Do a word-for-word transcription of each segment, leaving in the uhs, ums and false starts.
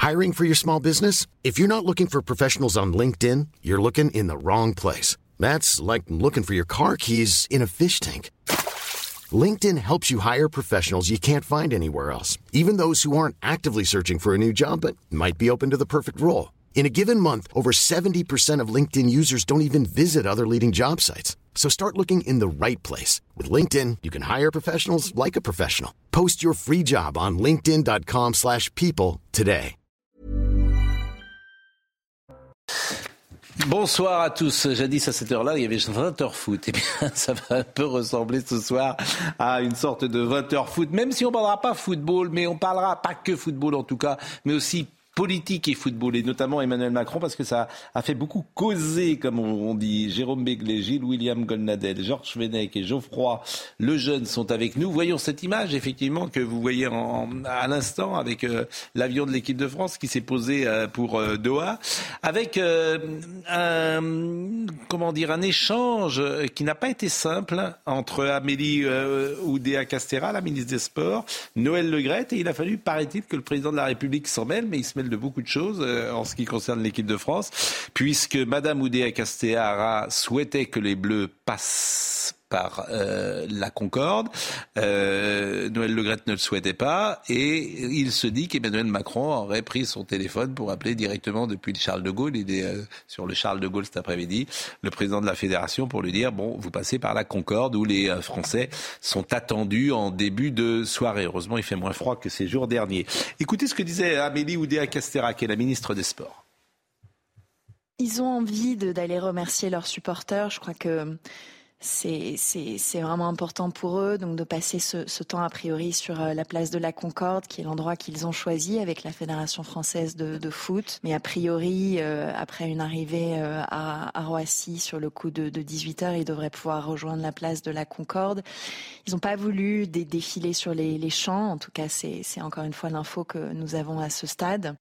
Hiring for your small business? If you're not looking for professionals on LinkedIn, you're looking in the wrong place. That's like looking for your car keys in a fish tank. LinkedIn helps you hire professionals you can't find anywhere else, even those who aren't actively searching for a new job but might be open to the perfect role. In a given month, over seventy percent of LinkedIn users don't even visit other leading job sites. So start looking in the right place. With LinkedIn, you can hire professionals like a professional. Post your free job on linkedin.com slash people today. Bonsoir à tous. Jadis à cette heure-là, il y avait vingt heures foot. Eh bien, ça va un peu ressembler ce soir à une sorte de vingt heures foot. Même si on ne parlera pas football, mais on parlera pas que football en tout cas, mais aussi politique et football, et notamment Emmanuel Macron, parce que ça a fait beaucoup causer, comme on dit. Jérôme Béglé, Gilles William Golnadel, Georges Fenech et Geoffroy Lejeune sont avec nous. Voyons cette image, effectivement, que vous voyez en, à l'instant, avec euh, l'avion de l'équipe de France qui s'est posé euh, pour euh, Doha, avec euh, un, comment dire, un échange qui n'a pas été simple entre Amélie euh, Oudéa-Castéra, la ministre des Sports, Noël Le Graët, et il a fallu, paraît-il, que le président de la République s'en mêle, mais il se mêle de beaucoup de choses euh, en ce qui concerne l'équipe de France, puisque Madame Oudéa-Castéra souhaitait que les Bleus passent par euh, la Concorde. Euh, Noël Le Graët ne le souhaitait pas, et il se dit qu'Emmanuel Macron aurait pris son téléphone pour appeler directement depuis le Charles de Gaulle. Il est euh, sur le Charles de Gaulle cet après-midi, le président de la fédération, pour lui dire bon, vous passez par la Concorde, où les euh, Français sont attendus en début de soirée. Heureusement, il fait moins froid que ces jours derniers. Écoutez ce que disait Amélie Oudéa-Castéra, qui est la ministre des Sports. Ils ont envie de, d'aller remercier leurs supporters. Je crois que C'est, c'est, c'est vraiment important pour eux, donc de passer ce, ce temps a priori sur la place de la Concorde, qui est l'endroit qu'ils ont choisi avec la Fédération française de, de foot. Mais a priori, euh, après une arrivée euh, à, à Roissy sur le coup de, de dix-huit heures, ils devraient pouvoir rejoindre la place de la Concorde. Ils n'ont pas voulu dé- défiler sur les, les champs. En tout cas, c'est, c'est encore une fois l'info que nous avons à ce stade.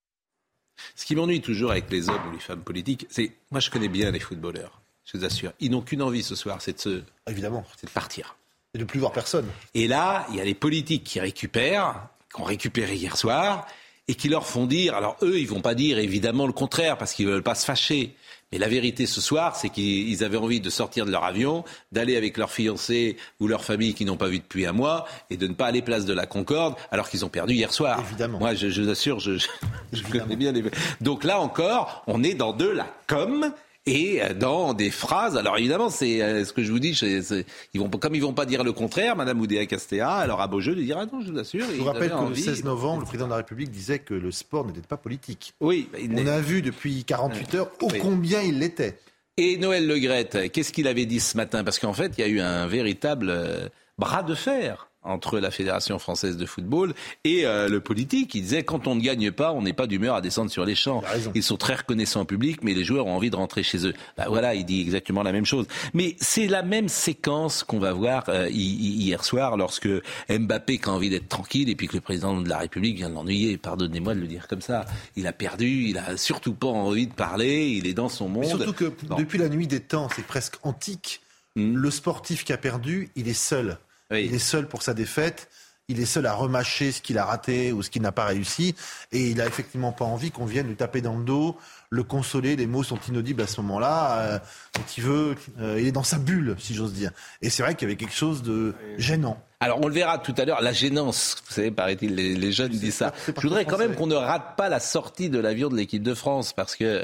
Ce qui m'ennuie toujours avec les hommes ou les femmes politiques, c'est, moi je connais bien les footballeurs. Je vous assure, ils n'ont qu'une envie ce soir, c'est de se, évidemment, c'est de partir. Et de ne plus voir personne. Et là, il y a les politiques qui récupèrent, qui ont récupéré hier soir, et qui leur font dire, alors eux, ils vont pas dire évidemment le contraire, parce qu'ils veulent pas se fâcher. Mais la vérité ce soir, c'est qu'ils avaient envie de sortir de leur avion, d'aller avec leur fiancé ou leur famille qu'ils n'ont pas vu depuis un mois, et de ne pas aller place de la Concorde, alors qu'ils ont perdu hier soir. Évidemment. Moi, je, je vous assure, je, je, je connais bien les... Donc là encore, on est dans de la com', et dans des phrases, alors évidemment, c'est euh, ce que je vous dis, c'est, c'est, ils vont, comme ils vont pas dire le contraire, Madame Oudéa-Castéra, alors à beau jeu de dire ah non, je vous assure. Je vous rappelle que envie, le seize novembre, le président de la République disait que le sport n'était pas politique. Oui, bah, il on a vu depuis quarante-huit heures ô oui. combien il l'était. Et Noël Le Graët, qu'est-ce qu'il avait dit ce matin ? Parce qu'en fait, il y a eu un véritable euh, bras de fer entre la Fédération française de football et euh, le politique. Il disait, quand on ne gagne pas, on n'est pas d'humeur à descendre sur les champs. Ils sont très reconnaissants au public, mais les joueurs ont envie de rentrer chez eux. Bah voilà, il dit exactement la même chose. Mais c'est la même séquence qu'on va voir euh, hier soir, lorsque Mbappé qui a envie d'être tranquille, et puis que le président de la République vient de l'ennuyer, pardonnez-moi de le dire comme ça. Il a perdu, il a surtout pas envie de parler, il est dans son monde. Mais surtout que bon. Depuis la nuit des temps, c'est presque antique, mmh. le sportif qui a perdu, il est seul. Oui. Il est seul pour sa défaite, il est seul à remâcher ce qu'il a raté ou ce qu'il n'a pas réussi, et il n'a effectivement pas envie qu'on vienne lui taper dans le dos, le consoler, les mots sont inaudibles à ce moment-là, euh, donc il veut, euh, il est dans sa bulle, si j'ose dire. Et c'est vrai qu'il y avait quelque chose de gênant. Alors on le verra tout à l'heure, la gênance, vous savez, paraît-il, les, les jeunes disent ça. Je voudrais quand même qu'on ne rate pas la sortie de l'avion de l'équipe de France, parce que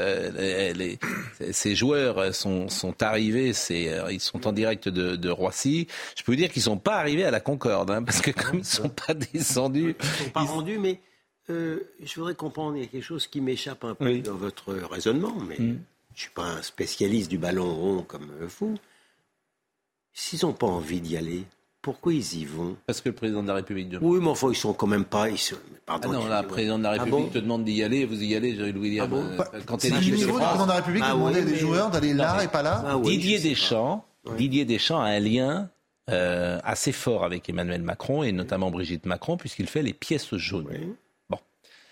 euh, les, les, ces joueurs sont, sont arrivés, c'est, ils sont en direct de, de Roissy. Je peux vous dire qu'ils ne sont pas arrivés à la Concorde, hein, parce que comme ils ne sont pas descendus... Ils ne sont pas ils... rendus, mais euh, je voudrais comprendre, il y a quelque chose qui m'échappe un peu oui. dans votre raisonnement, mais mm. je ne suis pas un spécialiste du ballon rond comme vous. S'ils n'ont pas envie d'y aller... Pourquoi ils y vont ? Parce que le président de la République demande. Oui, mais enfin, ils sont quand même pas... Ils sont... Pardon, ah non, là, le président de la République ah bon te demande d'y aller, vous y allez, Gilles William. Ah bon euh, quand c'est le niveau du président de la République ah, de demander oui, mais... des joueurs d'aller là non, et pas là. Ah, oui, Didier Deschamps, ouais. Didier Deschamps a un lien euh, assez fort avec Emmanuel Macron, et notamment Brigitte Macron, puisqu'il fait les pièces jaunes. Oui. Bon.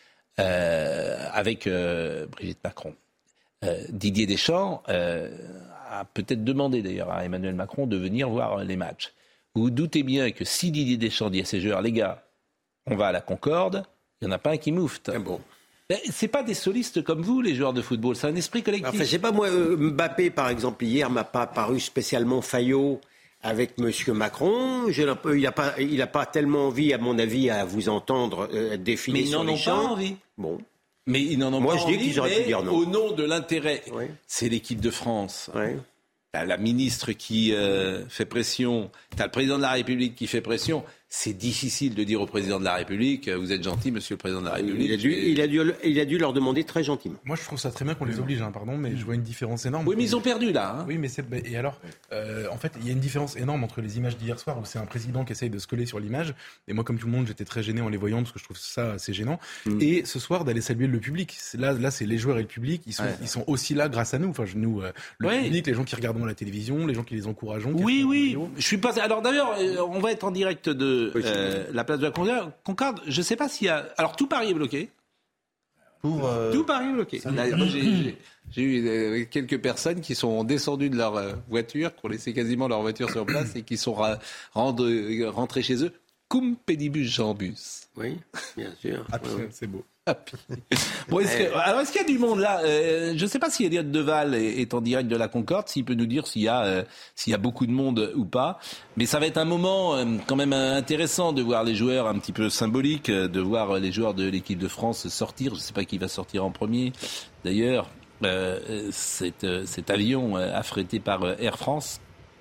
Euh, avec euh, Brigitte Macron. Euh, Didier Deschamps euh, a peut-être demandé d'ailleurs à Emmanuel Macron de venir voir les matchs. Vous vous doutez bien que si Didier Deschamps dit à ses joueurs, les gars, on va à la Concorde, il n'y en a pas un qui moufte. Ah bon. Ben, c'est pas des solistes comme vous, les joueurs de football. C'est un esprit collectif. Enfin, je sais pas, moi, Mbappé, par exemple, hier, m'a pas paru spécialement faillot avec M. Macron. Je, il n'a pas, il a pas tellement envie, à mon avis, à vous entendre euh, défiler sur les champs. Mais ils n'en ont pas envie. Bon. Mais ils n'en ont moi, pas je envie, dis qu'ils auraient pu dire non. Au nom de l'intérêt, oui. c'est l'équipe de France. Oui. T'as la ministre qui euh, fait pression, t'as le président de la République qui fait pression. C'est difficile de dire au président de la République, vous êtes gentil, monsieur le président de la République. Il a dû, et... il a dû, il a dû leur demander très gentiment. Moi, je trouve ça très bien qu'on les oblige, hein, pardon, mais je vois une différence énorme. Oui, mais ils ont perdu là. Hein. Oui, mais c'est et alors, euh, en fait, il y a une différence énorme entre les images d'hier soir où c'est un président qui essaye de se coller sur l'image. Et moi, comme tout le monde, j'étais très gêné en les voyant parce que je trouve ça assez gênant. Mm. Et ce soir, d'aller saluer le public. C'est là, là, c'est les joueurs et le public. Ils sont, ouais. ils sont aussi là grâce à nous. Enfin, nous, euh, le ouais. public, les gens qui regardent la télévision, les gens qui les encouragent. Oui, oui. Je suis pas. Alors d'ailleurs, on va être en direct de. Oui, euh, la place de la Concorde, je ne sais pas s'il y a... Alors, tout Paris est bloqué. Pour euh... Tout Paris est bloqué. Là, moi, j'ai, j'ai, j'ai eu euh, quelques personnes qui sont descendues de leur euh, voiture, qui ont laissé quasiment leur voiture sur place et qui sont ra- rendre, rentrées chez eux. Cum pedibus jambus. Oui, bien sûr. Ah, oui. C'est beau. Bon, est-ce que, alors, est-ce qu'il y a du monde là euh, je ne sais pas si Elliott Deval est, est en direct de la Concorde, s'il peut nous dire s'il y a, euh, s'il y a beaucoup de monde ou pas. Mais ça va être un moment euh, quand même intéressant de voir les joueurs, un petit peu symbolique, de voir les joueurs de l'équipe de France sortir. Je ne sais pas qui va sortir en premier. D'ailleurs, euh, cet, cet avion euh, affrété par euh, Air France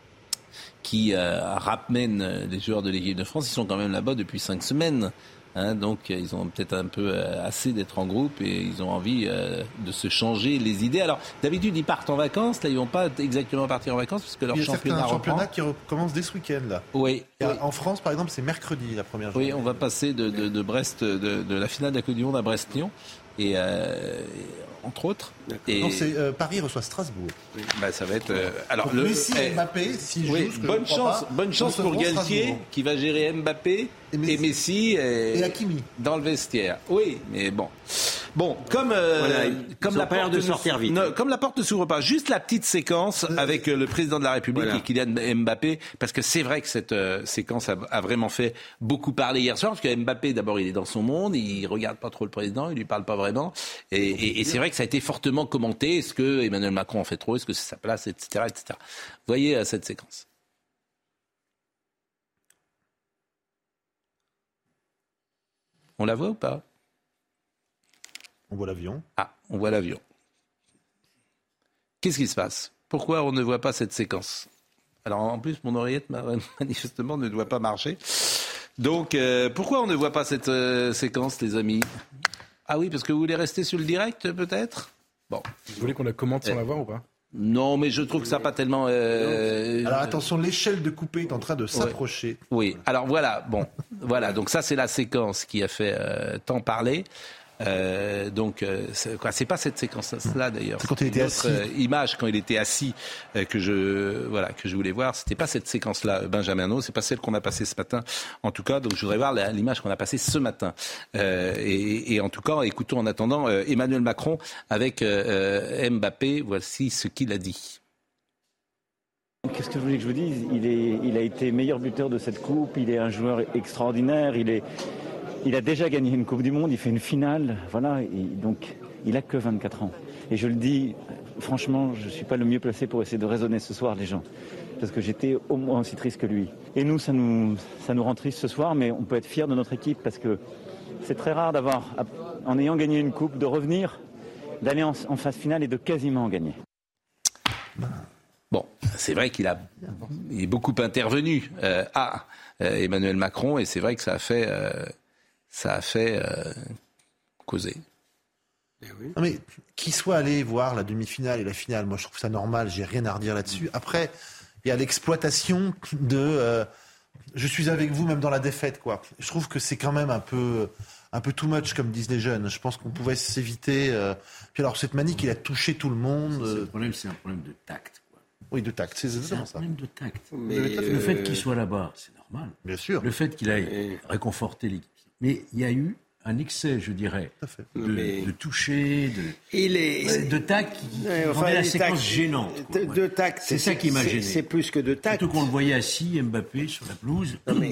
qui euh, ramène les joueurs de l'équipe de France, ils sont quand même là-bas depuis cinq semaines. Hein, donc ils ont peut-être un peu euh, assez d'être en groupe et ils ont envie euh, de se changer les idées. Alors d'habitude ils partent en vacances, là ils vont pas exactement partir en vacances parce que leur championnat reprend. Il y a certains championnats qui recommencent dès ce week-end là. Oui. A, oui. En France par exemple c'est mercredi la première journée. Oui, on va passer de, de, de Brest, de, de la finale de la Coupe du Monde à Brest-Lyon et euh, entre autres. Et... Non, c'est euh, Paris reçoit Strasbourg. Oui. Bah, ça va être. Euh, alors le Messi et Mbappé, si oui, je bonne chance, pas, bonne chance pour Galtier qui va gérer Mbappé et Messi et, Messi et, et Hakimi dans le vestiaire. Oui, mais bon, bon, comme euh, voilà, comme la porte de sortir vite. Ne, comme la porte ne s'ouvre pas, juste la petite séquence euh, avec le président de la République voilà. et Kylian Mbappé, parce que c'est vrai que cette euh, séquence a, a vraiment fait beaucoup parler hier soir, parce que Mbappé d'abord il est dans son monde, il regarde pas trop le président, il lui parle pas vraiment, et, et, et c'est vrai que ça a été fortement commenté. Est-ce que Emmanuel Macron en fait trop? Est-ce que c'est sa place, et cetera, et cetera. Voyez euh, cette séquence. On la voit ou pas? On voit l'avion. Ah, on voit l'avion. Qu'est-ce qui se passe? Pourquoi on ne voit pas cette séquence? Alors en plus, mon oreillette manifestement ne doit pas marcher. Donc euh, pourquoi on ne voit pas cette euh, séquence, les amis? Ah oui, parce que vous voulez rester sur le direct, peut-être? Bon. Vous voulez qu'on la commente sans euh, la voir ou pas? Non, mais je trouve que ça n'a pas tellement... Euh... Alors attention, l'échelle de coupé est en train de s'approcher. Oui, oui. Alors voilà, bon, voilà, donc ça c'est la séquence qui a fait euh, tant parler. Euh, donc, euh, c'est, quoi, c'est pas cette séquence-là d'ailleurs. C'est quand il était assis. Euh, image quand il était assis euh, que je, voilà, que je voulais voir. C'était pas cette séquence-là, Benjamin Arnault. C'est pas celle qu'on a passée ce matin. En tout cas, donc je voudrais voir la, l'image qu'on a passée ce matin. Euh, et, et en tout cas, écoutons en attendant euh, Emmanuel Macron avec euh, Mbappé. Voici ce qu'il a dit. Qu'est-ce que je voulais que je vous dise ? Il est, il a été meilleur buteur de cette coupe. Il est un joueur extraordinaire. Il est Il a déjà gagné une Coupe du Monde, il fait une finale, voilà, et donc il a que vingt-quatre ans. Et je le dis, franchement, je ne suis pas le mieux placé pour essayer de raisonner ce soir les gens, parce que j'étais au moins aussi triste que lui. Et nous, ça nous, ça nous rend triste ce soir, mais on peut être fiers de notre équipe, parce que c'est très rare d'avoir, en ayant gagné une Coupe, de revenir, d'aller en, en phase finale et de quasiment gagner. Bon, c'est vrai qu'il a il est beaucoup intervenu euh, à euh, Emmanuel Macron, et c'est vrai que ça a fait... Euh, ça a fait euh, causer. Eh oui. Non mais qu'il soit allé voir la demi-finale et la finale, moi je trouve ça normal, j'ai rien à redire là-dessus. Après, il y a l'exploitation de euh, je suis avec vous même dans la défaite, quoi. Je trouve que c'est quand même un peu un peu too much, comme disent les jeunes. Je pense qu'on pouvait s'éviter. Euh... Puis alors cette manie qu'il a touché tout le monde. C'est, c'est le problème, c'est un problème de tact. Quoi. Oui, de tact, c'est exactement ça. C'est un problème de tact. Mais euh... Le fait qu'il soit là-bas, c'est normal. Bien sûr. Le fait qu'il aille mais... réconforter l'équipe. Mais il y a eu un excès, je dirais, de, mais... de toucher, de, il est... de tact qui ouais, enfin, rendait la séquence tact, gênante. De, de tact, c'est, c'est ça qui m'a gêné. C'est, c'est plus que de tact. Surtout qu'on le voyait assis, Mbappé, sur la pelouse. Non, mais...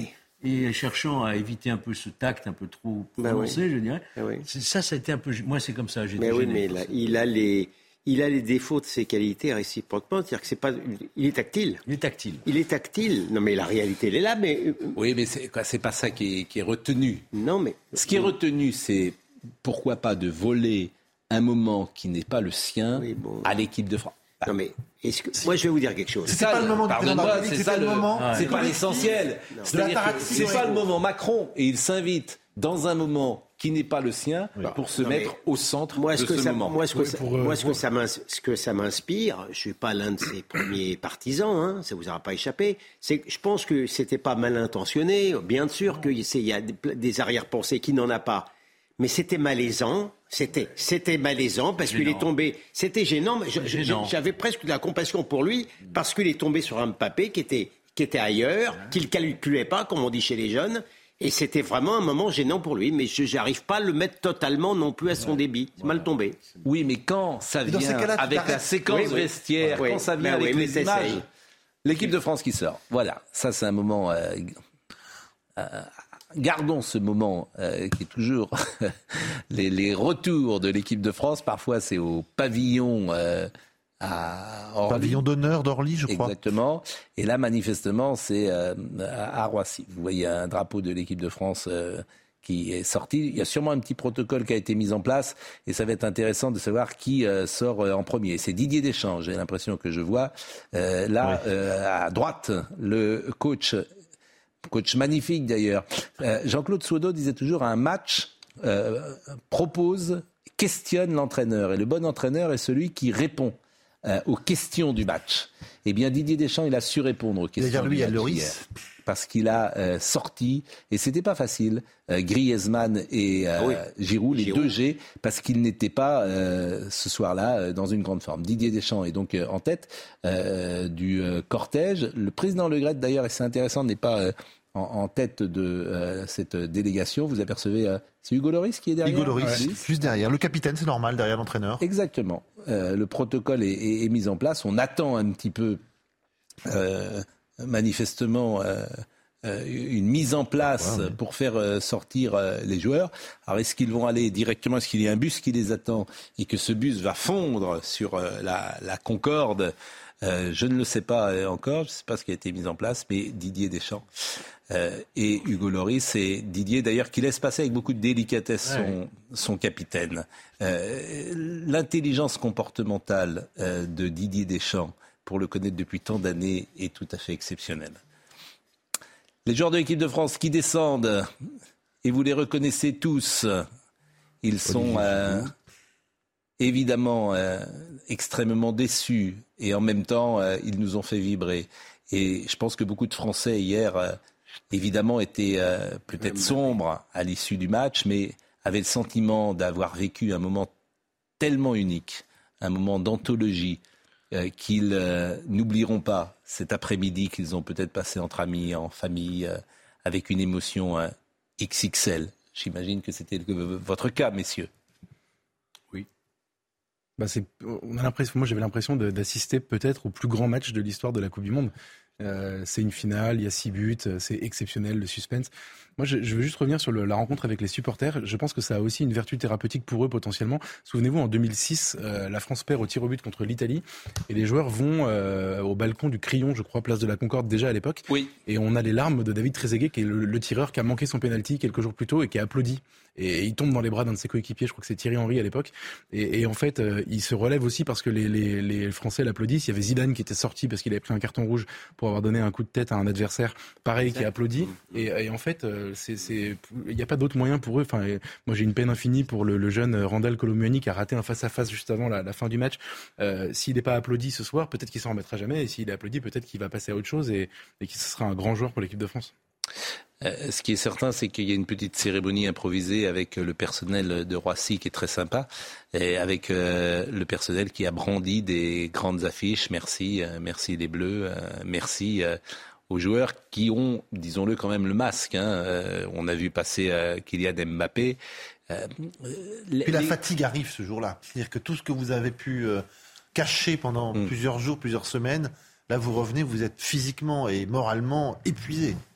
et cherchant à éviter un peu ce tact un peu trop prononcé, ben oui. je dirais. Ben oui. C'est, ça, ça a été un peu... Moi, c'est comme ça. J'ai mais oui, mais là, il a les... Il a les défauts de ses qualités réciproquement, c'est-à-dire que c'est pas, il est tactile. Il est tactile. Il est tactile. Non, mais la réalité, elle est là, mais. Oui, mais c'est, c'est pas ça qui est, qui est retenu. Non, mais. Ce qui est retenu, c'est pourquoi pas de voler un moment qui n'est pas le sien oui, bon. à l'équipe de France. Non, mais. Est-ce que... Moi, je vais vous dire quelque chose. C'est, c'est pas le moment. Pardonne-moi, c'est, c'est ça le moment. Ah, c'est pas l'essentiel. C'est-à-dire que c'est pas le moment Macron et il s'invite dans un moment qui n'est pas le sien, oui. pour se non, mettre au centre moi, de ce, ce ça, moment. Moi, ce que, oui, ça, pour, moi, ce, que ça ce que ça m'inspire, je ne suis pas l'un de ses premiers partisans, hein, ça ne vous aura pas échappé, c'est que je pense que ce n'était pas mal intentionné, bien sûr qu'il y a des, des arrière-pensées qui n'en a pas, mais c'était malaisant, c'était, c'était malaisant parce gênant. qu'il est tombé, c'était gênant, mais je, gênant. j'avais presque de la compassion pour lui parce qu'il est tombé sur un Mbappé qui était, qui était ailleurs, ouais. qu'il ne calculait pas, comme on dit chez les jeunes. Et c'était vraiment un moment gênant pour lui, mais je n'arrive pas à le mettre totalement non plus à son débit. C'est mal tombé. Oui, mais quand ça vient avec la séquence oui, oui. vestiaire, oui. quand ça vient ben avec oui, les images, ça. l'équipe de France qui sort. Voilà, ça c'est un moment... Euh, euh, gardons ce moment euh, qui est toujours les, les retours de l'équipe de France. Parfois c'est au pavillon... Euh, à Orly. Pavillon d'honneur d'Orly, je crois. Exactement. Et là, manifestement, c'est euh, à Roissy. Vous voyez un drapeau de l'équipe de France euh, qui est sorti. Il y a sûrement un petit protocole qui a été mis en place et ça va être intéressant de savoir qui euh, sort euh, en premier. C'est Didier Deschamps, j'ai l'impression que je vois. Euh, là, oui. euh, à droite, le coach, coach magnifique d'ailleurs. Euh, Jean-Claude Soudot disait toujours un match euh, propose, questionne l'entraîneur. Et le bon entraîneur est celui qui répond Euh, aux questions du match. Eh bien, Didier Deschamps, il a su répondre aux questions lui, du match hier, parce qu'il a euh, sorti, et c'était pas facile, euh, Griezmann et euh, oui. Giroud, les Giroud. deux G, parce qu'ils n'étaient pas euh, ce soir-là euh, dans une grande forme. Didier Deschamps est donc euh, en tête euh, du euh, cortège. Le président Le Graët, d'ailleurs, et c'est intéressant, n'est pas... Euh, En, en tête de euh, cette délégation, vous apercevez, euh, c'est Hugo Lloris qui est derrière. Hugo Lloris, ouais. juste derrière. Le capitaine, c'est normal, derrière l'entraîneur. Exactement. Euh, le protocole est, est, est mis en place. On attend un petit peu, euh, manifestement, euh, euh, une mise en place ouais, ouais. pour faire euh, sortir euh, les joueurs. Alors, est-ce qu'ils vont aller directement, est-ce qu'il y a un bus qui les attend et que ce bus va fondre sur euh, la, la Concorde? Euh, je ne le sais pas encore, je ne sais pas ce qui a été mis en place, mais Didier Deschamps euh, et Hugo Lloris, et Didier d'ailleurs qui laisse passer avec beaucoup de délicatesse son, ouais. son capitaine. Euh, l'intelligence comportementale euh, de Didier Deschamps, pour le connaître depuis tant d'années, est tout à fait exceptionnelle. Les joueurs de l'équipe de France qui descendent, et vous les reconnaissez tous, ils sont... Euh, évidemment euh, extrêmement déçus et en même temps euh, ils nous ont fait vibrer et je pense que beaucoup de Français hier euh, évidemment étaient euh, peut-être sombres à l'issue du match mais avaient le sentiment d'avoir vécu un moment tellement unique, un moment d'anthologie euh, qu'ils euh, n'oublieront pas cet après-midi qu'ils ont peut-être passé entre amis, en famille, euh, avec une émotion euh, X X L. J'imagine que c'était le, votre cas, messieurs. Bah c'est, on a l'impression, moi j'avais l'impression de, d'assister peut-être au plus grand match de l'histoire de la Coupe du Monde. Euh, c'est une finale, il y a six buts, c'est exceptionnel, le suspense. Moi, je, je veux juste revenir sur le, la rencontre avec les supporters. Je pense que ça a aussi une vertu thérapeutique pour eux potentiellement. Souvenez-vous, en deux mille six, euh, la France perd au tir au but contre l'Italie et les joueurs vont euh, au balcon du Crillon, je crois, place de la Concorde déjà à l'époque. Oui. Et on a les larmes de David Trezeguet, qui est le, le tireur qui a manqué son penalty quelques jours plus tôt et qui a applaudi. Et, et il tombe dans les bras d'un de ses coéquipiers, je crois que c'est Thierry Henry à l'époque. Et, et en fait, euh, il se relève aussi parce que les, les, les Français l'applaudissent. Il y avait Zidane qui était sorti parce qu'il avait pris un carton rouge pour avoir donné un coup de tête à un adversaire, pareil, qui a applaudi. Et, et en fait, euh, c'est, c'est, il n'y a pas d'autre moyen pour eux. Enfin, moi, j'ai une peine infinie pour le, le jeune Randal Colomouani qui a raté un face-à-face juste avant la, la fin du match. Euh, s'il n'est pas applaudi ce soir, peut-être qu'il s'en remettra jamais. Et s'il est applaudi, peut-être qu'il va passer à autre chose et, et qu'il sera un grand joueur pour l'équipe de France. Euh, ce qui est certain, c'est qu'il y a une petite cérémonie improvisée avec le personnel de Roissy qui est très sympa, et avec euh, le personnel qui a brandi des grandes affiches. Merci, euh, merci les Bleus, euh, merci euh, aux joueurs qui ont, disons-le quand même, le masque. Hein. Euh, on a vu passer euh, Kylian Mbappé. Euh, les... Puis la fatigue arrive ce jour-là. C'est-à-dire que tout ce que vous avez pu euh, cacher pendant mmh. plusieurs jours, plusieurs semaines, là vous revenez, vous êtes physiquement et moralement épuisé.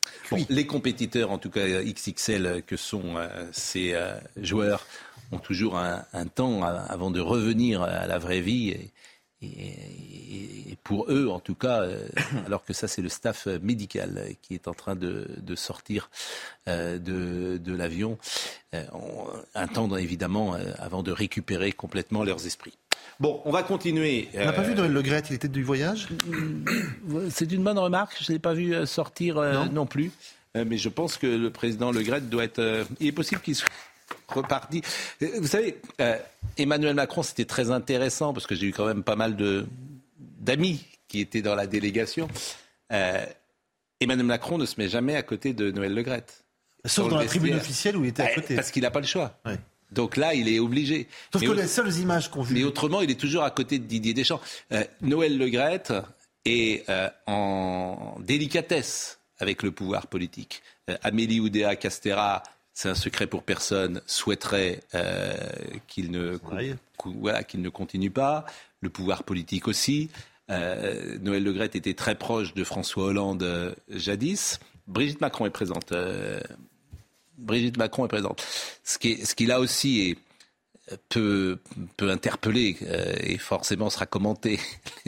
Bon, les compétiteurs, en tout cas X X L que sont euh, ces euh, joueurs, ont toujours un, un temps avant de revenir à la vraie vie. Et, et, et pour eux, en tout cas, euh, alors que ça, c'est le staff médical qui est en train de, de sortir euh, de, de l'avion, euh, un temps évidemment euh, avant de récupérer complètement leurs esprits. Bon, on va continuer. On n'a euh... pas vu Noël Le Graët, il était du voyage ? C'est une bonne remarque, je ne l'ai pas vu sortir euh, non. non plus. Euh, mais je pense que le président Le Graët doit être... Euh, il est possible qu'il soit reparti. Vous savez, euh, Emmanuel Macron, c'était très intéressant, parce que j'ai eu quand même pas mal de, d'amis qui étaient dans la délégation. Euh, Emmanuel Macron ne se met jamais à côté de Noël Le Graët. Sauf dans la tribune officielle où il était à côté. Parce qu'il n'a pas le choix. Oui. Donc là, il est obligé. Sauf mais que au... les seules images qu'on vit... Mais autrement, il est toujours à côté de Didier Deschamps. Euh, Noël Le Graët est euh, en délicatesse avec le pouvoir politique. Euh, Amélie Oudéa-Castéra, c'est un secret pour personne, souhaiterait euh, qu'il ne, oui. co- voilà, qu'il ne continue pas. Le pouvoir politique aussi. Euh, Noël Le Graët était très proche de François Hollande euh, jadis. Brigitte Macron est présente. Euh, Brigitte Macron est présente. Ce qui, est, ce qui là aussi est, peut, peut interpeller euh, et forcément sera commenté.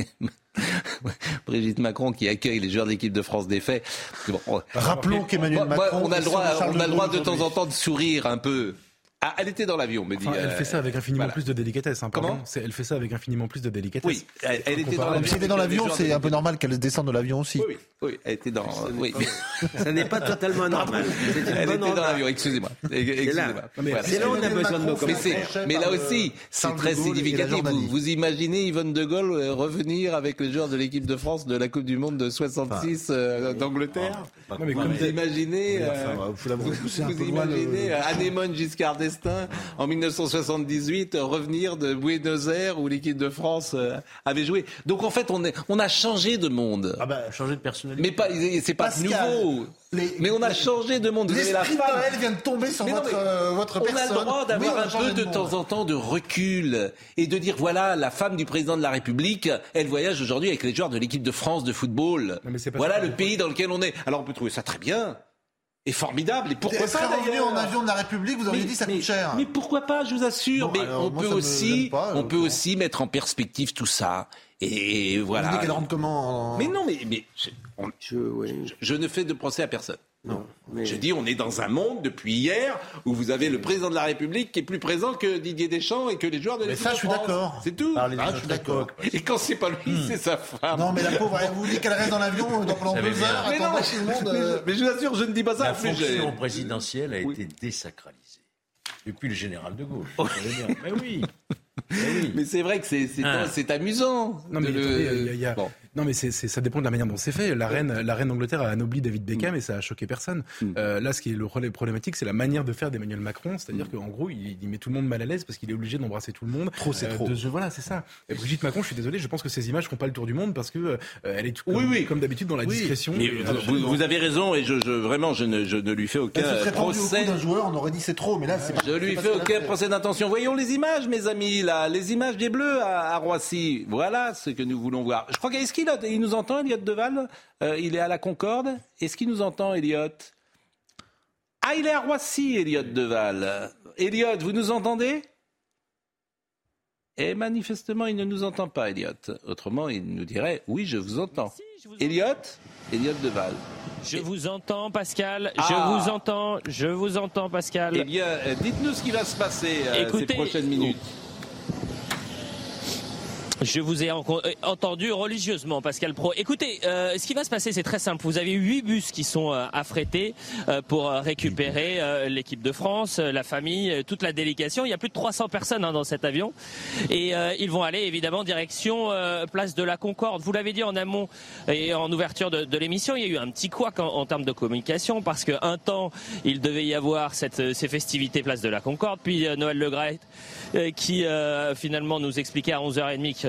Brigitte Macron qui accueille les joueurs de l'équipe de France défaits. Bon, Rappelons qu'Emmanuel Macron... On a le droit, on a le droit de temps en temps de sourire un peu. Ah, elle était dans l'avion, me dit. Enfin, elle fait ça avec infiniment voilà. plus de délicatesse. Hein, Comment c'est, Elle fait ça avec infiniment plus de délicatesse. Oui, elle, elle était dans l'avion. Si elle est dans l'avion, c'est un peu normal qu'elle descende de l'avion aussi. Oui, oui, oui, elle était dans. Ce oui. Pas, ça n'est pas totalement normal. Elle était dans l'avion. Excusez-moi. Excusez-moi. C'est là, voilà. c'est là où on a besoin de nos commentaires. Mais là aussi, c'est très significatif. Vous, vous imaginez Yvonne de Gaulle revenir avec les joueurs de l'équipe de France de la Coupe du Monde de soixante-six euh, d'Angleterre. Non, mais comme vous imaginez, vous imaginez Anémone Giscard d'Estaing en dix-neuf cent soixante-dix-huit revenir de Buenos Aires où l'équipe de France avait joué. Donc en fait, on, est, on a changé de monde. Ah bah, changé de personnalité. Mais pas, c'est pas Pascal, nouveau. Les, mais on a changé de monde. Vous avez la femme. Noël vient de tomber sur mais votre, non, euh, votre on personne. On a le droit d'avoir oui, un peu de, de temps en temps de recul et de dire voilà, la femme du président de la République, elle voyage aujourd'hui avec les joueurs de l'équipe de France de football. Non, voilà le pays dans lequel on est. Alors on peut trouver ça très bien. Et formidable. Et pourquoi pas d'ailleurs en avion de la République, vous auriez mais, dit ça coûte mais, cher. Mais pourquoi pas, je vous assure. Bon, mais alors, on moi, peut aussi, pas, on peut aussi mettre en perspective tout ça. Et voilà. Vous dites qu'elle rentre comment en... Mais non, mais, mais je, on, je, oui. je, je ne fais de procès à personne. Non, mais... Je dis, on est dans un monde depuis hier où vous avez le président de la République qui est plus présent que Didier Deschamps et que les joueurs de l'équipe de France. Mais ça, je suis d'accord. C'est tout. Ah, je suis d'accord. Et quand c'est pas lui, hmm. c'est sa femme. Non, mais la pauvre, elle vous dit qu'elle reste dans l'avion pendant deux heures. Mais non, tout le monde. Euh... Mais je vous assure, je ne dis pas ça. La fonction présidentielle a oui. été désacralisée depuis le général de Gaulle. Oh. Mais oui. Mais, oui. mais c'est vrai que c'est, c'est, ah. c'est amusant. Non, mais le... y a, y a... bon. Non, mais c'est, c'est, ça dépend de la manière dont c'est fait. La reine, la reine d'Angleterre a anobli David Beckham mm. et ça a choqué personne. Mm. Euh, là, ce qui est le problématique, c'est la manière de faire d'Emmanuel Macron. C'est-à-dire mm. qu'en gros, il, il met tout le monde mal à l'aise parce qu'il est obligé d'embrasser tout le monde. Trop, c'est euh, trop. De, voilà, c'est ça. Et Brigitte Macron, je suis désolé, je pense que ces images font pas le tour du monde parce que euh, elle est tout comme, oui, oui. comme d'habitude dans la oui. discrétion. Mais vous, vous avez raison et je, je vraiment, je ne, je ne lui fais aucun procès. D'un joueur, on aurait dit c'est trop, mais là, c'est. Je lui fais aucun procès d'intention. Voyons les images, mes amis, là, les images des Bleus à, à Roissy. Voilà ce que nous voulons voir. Je crois qu'est-ce qu'il a, il nous entend, Elliot Deval, euh, il est à la Concorde. Est-ce qu'il nous entend, Elliot ? Ah, il est à Roissy, Elliot Deval. Elliot, vous nous entendez ? Et manifestement, il ne nous entend pas, Elliot. Autrement, il nous dirait « Oui, je vous entends si, ». Elliot ? Elliot Deval. Je Et... vous entends, Pascal. Ah. Je vous entends. Je vous entends, Pascal. Eh bien, dites-nous ce qui va se passer euh, Écoutez, ces prochaines minutes. Je vous ai en- entendu religieusement, Pascal Praud. Écoutez, euh, ce qui va se passer, c'est très simple. Vous avez huit bus qui sont euh, affrétés euh, pour récupérer euh, l'équipe de France, euh, la famille, euh, toute la délégation. Il y a plus de trois cents personnes hein, dans cet avion. Et euh, ils vont aller évidemment direction euh, place de la Concorde. Vous l'avez dit en amont et en ouverture de, de l'émission, il y a eu un petit couac en, en termes de communication parce qu'un temps, il devait y avoir cette, ces festivités place de la Concorde. Puis euh, Noël Le Graët euh, qui euh, finalement nous expliquait à onze heures trente que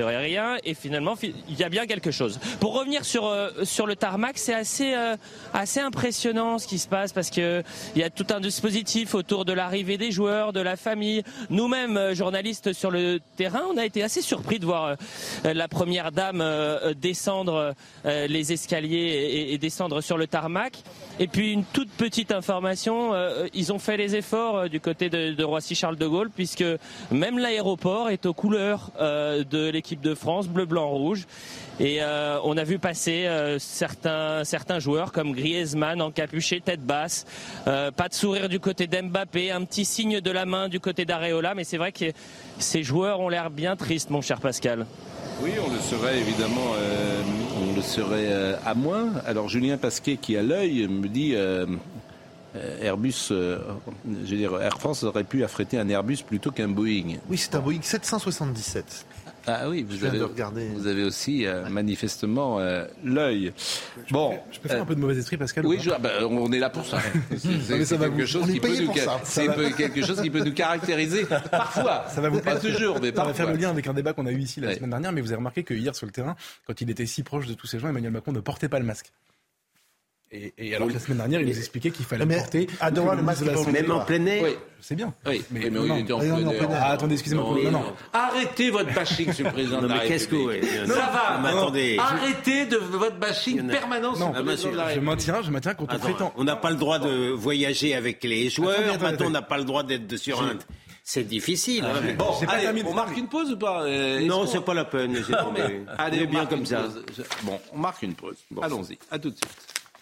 serait rien, et finalement il y a bien quelque chose. Pour revenir sur euh, sur le tarmac, c'est assez euh, assez impressionnant ce qui se passe, parce que il y a tout un dispositif autour de l'arrivée des joueurs, de la famille. Nous-mêmes, euh, journalistes sur le terrain, on a été assez surpris de voir euh, la première dame euh, descendre euh, les escaliers et, et descendre sur le tarmac. Et puis une toute petite information, euh, ils ont fait les efforts euh, du côté de, de Roissy-Charles de Gaulle, puisque même l'aéroport est aux couleurs euh, de l'équipe de France, bleu, blanc, rouge. Et euh, on a vu passer euh, certains certains joueurs comme Griezmann encapuché, tête basse, euh, pas de sourire du côté d'Mbappé, un petit signe de la main du côté d'Areola, mais c'est vrai que ces joueurs ont l'air bien tristes, mon cher Pascal. Oui, on le serait évidemment, euh, on le serait euh, à moins. Alors Julien Pasquet qui a l'œil me dit euh, Airbus, euh, je veux dire Air France aurait pu affréter un Airbus plutôt qu'un Boeing. Oui, c'est un Boeing sept cent soixante-dix-sept. Ah oui, vous avez, vous avez aussi euh, manifestement euh, l'œil. Bon, je peux faire euh, un peu de mauvais esprit, Pascal. Oui, je, bah, on est là pour ça. C'est, c'est, c'est quelque chose qui peut nous, c'est va... quelque chose qui peut nous caractériser parfois. Ça va vous pas toujours, mais parfois. Ça va faire le lien avec un débat qu'on a eu ici la ouais. semaine dernière, mais vous avez remarqué que hier sur le terrain, quand il était si proche de tous ces gens, Emmanuel Macron ne portait pas le masque. Et, et alors oui. que la semaine dernière, il nous expliquait qu'il fallait mais porter adorant le masque, même en plein air. Oui. C'est bien. Oui, mais, mais, mais non, on était en plein air. Ah, attendez, excusez-moi. Non, non, non. Arrêtez votre bashing, monsieur le président non, de la mais qu'est-ce République. Que, ça va. Mais attendez. Arrêtez de votre bashing permanent sur le président de la République. Je maintiens, je maintiens qu'on te prétend. On n'a pas le droit de voyager avec les joueurs. Attendez, attendez, Maintenant, on n'a pas le droit d'être sur un. C'est difficile. Ah, hein. Bon, allez, on marque une pause ou pas euh, Non, c'est pas la peine. Non, mais, allez, bien comme ça. Bon, on marque une pause. Bon, allons-y. À tout de suite.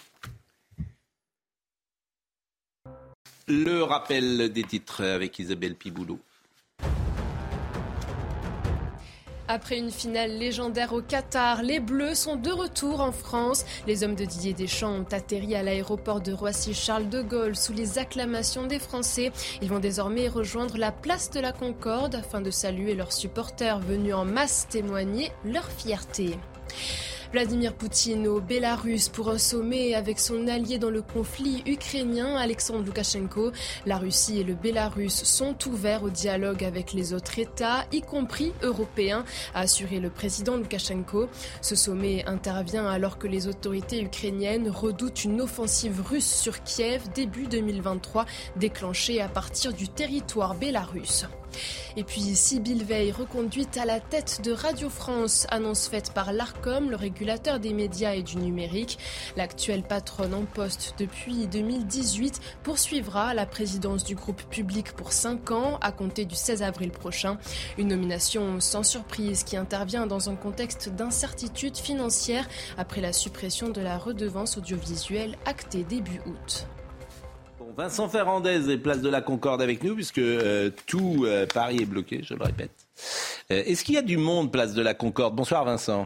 Le rappel des titres avec Isabelle Piboulot. Après une finale légendaire au Qatar, les Bleus sont de retour en France. Les hommes de Didier Deschamps ont atterri à l'aéroport de Roissy-Charles de Gaulle sous les acclamations des Français. Ils vont désormais rejoindre la place de la Concorde afin de saluer leurs supporters venus en masse témoigner leur fierté. Vladimir Poutine au Bélarus pour un sommet avec son allié dans le conflit ukrainien, Alexandre Loukachenko. La Russie et le Bélarus sont ouverts au dialogue avec les autres États, y compris européens, a assuré le président Loukachenko. Ce sommet intervient alors que les autorités ukrainiennes redoutent une offensive russe sur Kiev début deux mille vingt-trois, déclenchée à partir du territoire bélarus. Et puis Sybille Veil reconduite à la tête de Radio France, annonce faite par l'Arcom, le régulateur des médias et du numérique. L'actuelle patronne en poste depuis deux mille dix-huit poursuivra la présidence du groupe public pour cinq ans à compter du seize avril prochain. Une nomination sans surprise qui intervient dans un contexte d'incertitude financière après la suppression de la redevance audiovisuelle actée début août. Vincent Ferrandez est place de la Concorde avec nous, puisque euh, tout euh, Paris est bloqué, je le répète. Euh, est-ce qu'il y a du monde place de la Concorde ? Bonsoir Vincent.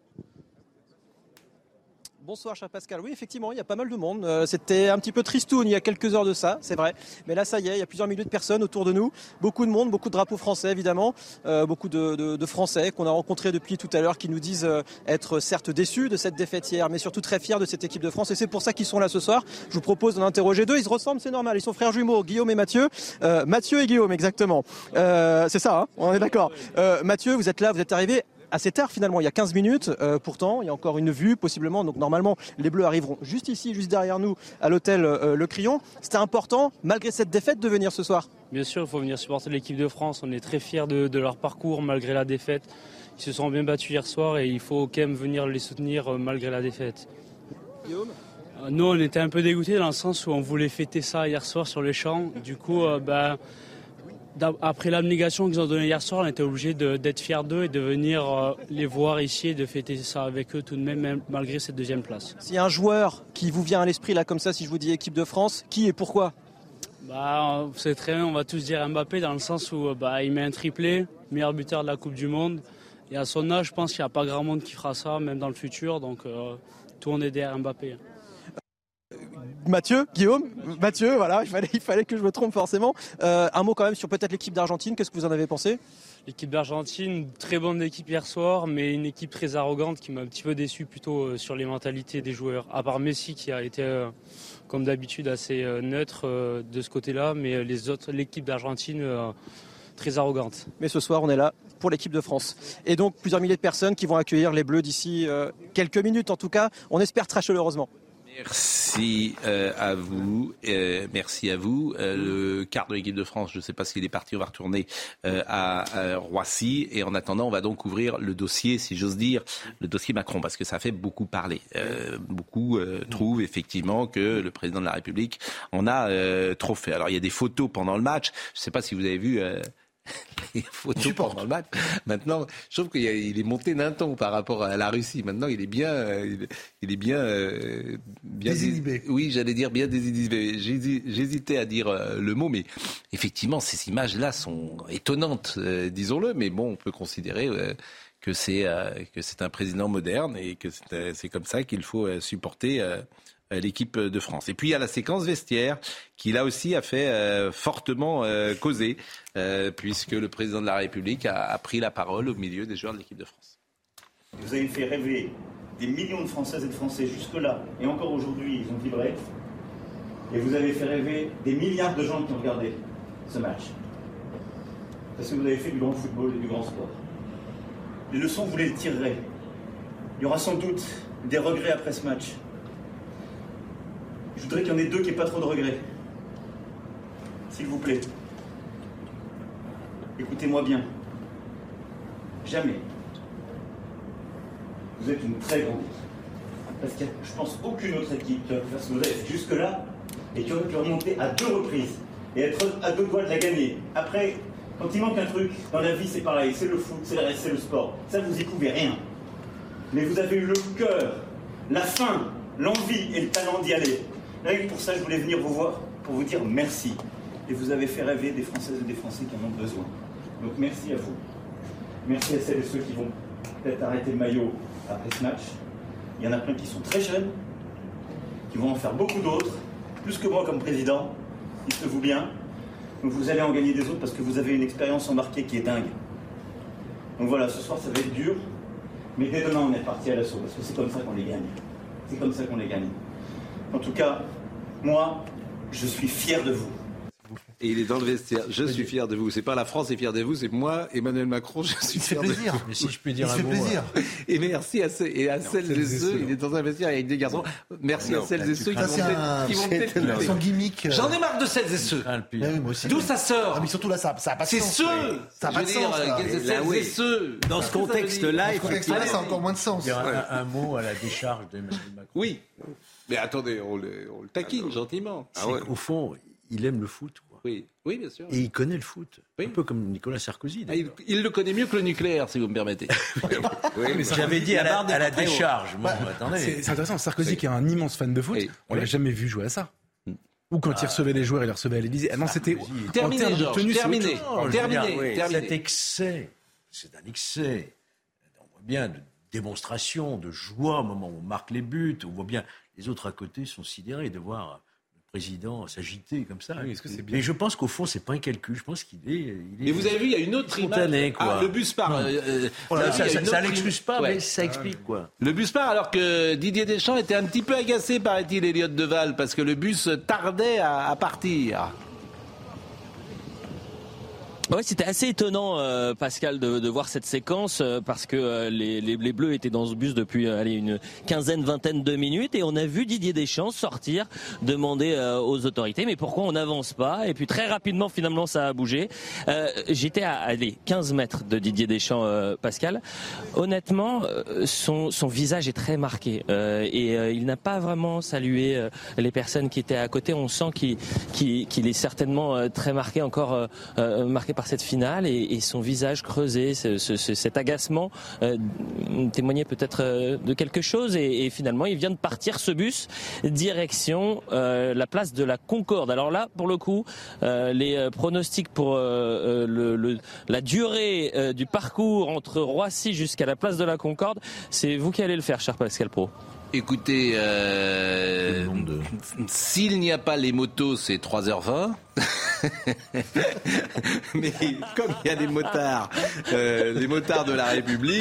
Bonsoir cher Pascal. Oui, effectivement, il y a pas mal de monde. Euh, c'était un petit peu tristoun il y a quelques heures de ça, c'est vrai. Mais là, ça y est, il y a plusieurs milliers de personnes autour de nous. Beaucoup de monde, beaucoup de drapeaux français évidemment. Euh, beaucoup de, de, de Français qu'on a rencontrés depuis tout à l'heure qui nous disent euh, être certes déçus de cette défaite hier, mais surtout très fiers de cette équipe de France. Et c'est pour ça qu'ils sont là ce soir. Je vous propose d'en interroger deux. Ils se ressemblent, c'est normal. Ils sont frères jumeaux, Guillaume et Mathieu. Euh, Mathieu et Guillaume, exactement. Euh, c'est ça, hein, on est d'accord. Euh, Mathieu, vous êtes là, vous êtes arrivé assez tard finalement, il y a quinze minutes, euh, pourtant il y a encore une vue possiblement, donc normalement les Bleus arriveront juste ici, juste derrière nous à l'hôtel euh, Le Crillon. C'était important malgré cette défaite de venir ce soir? Bien sûr, il faut venir supporter l'équipe de France, on est très fiers de, de leur parcours malgré la défaite. Ils se sont bien battus hier soir et il faut quand même venir les soutenir euh, malgré la défaite. Guillaume ? Nous on était un peu dégoûtés dans le sens où on voulait fêter ça hier soir sur les champs, du coup euh, bah, après l'abnégation qu'ils ont donnée hier soir, on était obligé d'être fiers d'eux et de venir euh, les voir ici et de fêter ça avec eux tout de même, même malgré cette deuxième place. S'il y a un joueur qui vous vient à l'esprit là comme ça, si je vous dis équipe de France, qui et pourquoi? Bah, c'est très bien, on va tous dire Mbappé dans le sens où bah, il met un triplé, meilleur buteur de la Coupe du Monde. Et à son âge, je pense qu'il n'y a pas grand monde qui fera ça, même dans le futur, donc euh, tout le monde est derrière Mbappé. Mathieu, Guillaume, Mathieu, voilà, il fallait, il fallait que je me trompe forcément. Euh, un mot quand même sur peut-être l'équipe d'Argentine, qu'est-ce que vous en avez pensé? L'équipe d'Argentine, très bonne équipe hier soir, mais une équipe très arrogante qui m'a un petit peu déçu plutôt euh, sur les mentalités des joueurs. À part Messi qui a été, euh, comme d'habitude, assez euh, neutre euh, de ce côté-là, mais les autres, l'équipe d'Argentine, euh, très arrogante. Mais ce soir, on est là pour l'équipe de France. Et donc, plusieurs milliers de personnes qui vont accueillir les Bleus d'ici euh, quelques minutes, en tout cas. On espère très chaleureusement. Merci euh, à vous, euh, merci à vous. Euh, le quart de l'équipe de France, je ne sais pas s'il est parti, on va retourner euh, à, à Roissy. Et en attendant, on va donc ouvrir le dossier, si j'ose dire, le dossier Macron, parce que ça fait beaucoup parler. Euh, beaucoup euh, trouvent effectivement que le président de la République en a euh, trop fait. Alors il y a des photos pendant le match. Je ne sais pas si vous avez vu... Euh, les photos pendant le match. Maintenant, je trouve qu'il il est monté d'un ton par rapport à la Russie. Maintenant, il est bien, il, il est bien, euh, bien désinhibé. Dés, oui, j'allais dire bien désinhibé. J'hésitais à dire euh, le mot, mais effectivement, ces images-là sont étonnantes, euh, disons-le. Mais bon, on peut considérer euh, que c'est euh, que c'est un président moderne et que c'est, euh, c'est comme ça qu'il faut euh, supporter. Euh, l'équipe de France. Et puis il y a la séquence vestiaire qui là aussi a fait euh, fortement euh, causer euh, puisque le président de la République a, a pris la parole au milieu des joueurs de l'équipe de France. Vous avez fait rêver des millions de Françaises et de Français jusque-là et encore aujourd'hui ils ont vibré et vous avez fait rêver des milliards de gens qui ont regardé ce match parce que vous avez fait du grand football et du grand sport. Les leçons vous les tirerez. Il y aura sans doute des regrets après ce match. Je voudrais qu'il y en ait deux qui n'aient pas trop de regrets. S'il vous plaît. Écoutez-moi bien. Jamais. Vous êtes une très grande équipe. Parce qu'il y a, je pense, aucune autre équipe qui aurait pu faire ce que vous avez fait jusque-là et qui aurait pu remonter à deux reprises et être à deux doigts de la gagner. Après, quand il manque un truc, dans la vie, c'est pareil. C'est le foot, c'est le, c'est le sport. Ça, vous y pouvez rien. Mais vous avez eu le cœur, la faim, l'envie et le talent d'y aller. Là, pour ça, je voulais venir vous voir pour vous dire merci. Et vous avez fait rêver des Françaises et des Français qui en ont besoin. Donc merci à vous. Merci à celles et ceux qui vont peut-être arrêter le maillot après ce match. Il y en a plein qui sont très jeunes, qui vont en faire beaucoup d'autres, plus que moi comme président, dites-le-vous bien. Donc vous allez en gagner des autres parce que vous avez une expérience embarquée qui est dingue. Donc voilà, ce soir ça va être dur, mais dès demain on est parti à l'assaut parce que c'est comme ça qu'on les gagne. C'est comme ça qu'on les gagne. En tout cas, moi, je suis fier de vous. Et il est dans le vestiaire. Je suis fier de vous. C'est pas la France est fière de vous, c'est moi, Emmanuel Macron, je suis fier de vous. Mais si je puis dire il un fait mot. plaisir. Et merci à, ceux, et à non, celles et ceux, il est dans un vestiaire avec des garçons. Merci non, à celles et ceux qui vont peut-être... Qui vont peut-être son gimmick. J'en ai marre de celles et ceux. Oui, moi aussi. D'où ça sort? Ah, mais surtout là, ça n'a pas de c'est sens. C'est ceux. Ça n'a pas de sens. C'est celles et ceux. Dans ce contexte-là, effectivement, ça a encore moins de sens. Un, un mot à la décharge d'Emmanuel Macron. Oui. Mais attendez, on le, on le taquine ah, gentiment. C'est ah ouais. Qu'au fond, il aime le foot. Quoi. Oui. oui, bien sûr. Et il connaît le foot. Oui. Un peu comme Nicolas Sarkozy. Ah, il, il le connaît mieux que le nucléaire, si vous me permettez. oui, mais j'avais dit à la, à la décharge. Bon, bah, attendez. C'est, c'est intéressant. Sarkozy, oui. qui est un immense fan de foot, oui. on l'a oui. jamais vu jouer à ça. Ou quand ah, il recevait les joueurs, il les recevait à l'Élysée. Ah non, c'était terminé, en Georges, tenue, terminé. Non, terminé. Dire, oui, terminé. Cet excès, c'est un excès. On voit bien de démonstration, de joie au moment où on marque les buts. On voit bien les autres à côté sont sidérés de voir le président s'agiter comme ça. Oui, est-ce que c'est bien? Mais je pense qu'au fond, c'est pas un calcul. Je pense qu'il est. Il est mais vous avez vu, il y a une autre image. Ah, le bus part. Euh, ça, ça, ça, ça l'excuse pas, ouais. mais ça explique quoi. Le bus part alors que Didier Deschamps était un petit peu agacé, paraît-il, Elliot Deval, parce que le bus tardait à, à partir. Ouais, c'était assez étonnant, euh, Pascal, de, de voir cette séquence euh, parce que euh, les, les, les Bleus étaient dans ce bus depuis euh, allez, une quinzaine, vingtaine de minutes et on a vu Didier Deschamps sortir, demander euh, aux autorités mais pourquoi on n'avance pas, et puis très rapidement finalement ça a bougé. Euh, j'étais à allez, quinze mètres de Didier Deschamps, euh, Pascal. Honnêtement, euh, son, son visage est très marqué euh, et euh, il n'a pas vraiment salué euh, les personnes qui étaient à côté. On sent qu'il, qu'il, qu'il est certainement euh, très marqué, encore euh, euh, marqué par cette finale, et, et son visage creusé, ce, ce, cet agacement euh, témoignait peut-être euh, de quelque chose, et, et finalement il vient de partir ce bus direction euh, la place de la Concorde. Alors là, pour le coup, euh, les euh, pronostics pour euh, le, le, la durée euh, du parcours entre Roissy jusqu'à la place de la Concorde, c'est vous qui allez le faire, cher Pascal Praud. Écoutez, euh, de... s'il n'y a pas les motos, c'est trois heures vingt. Mais comme il y a des motards, euh, les motards de la République,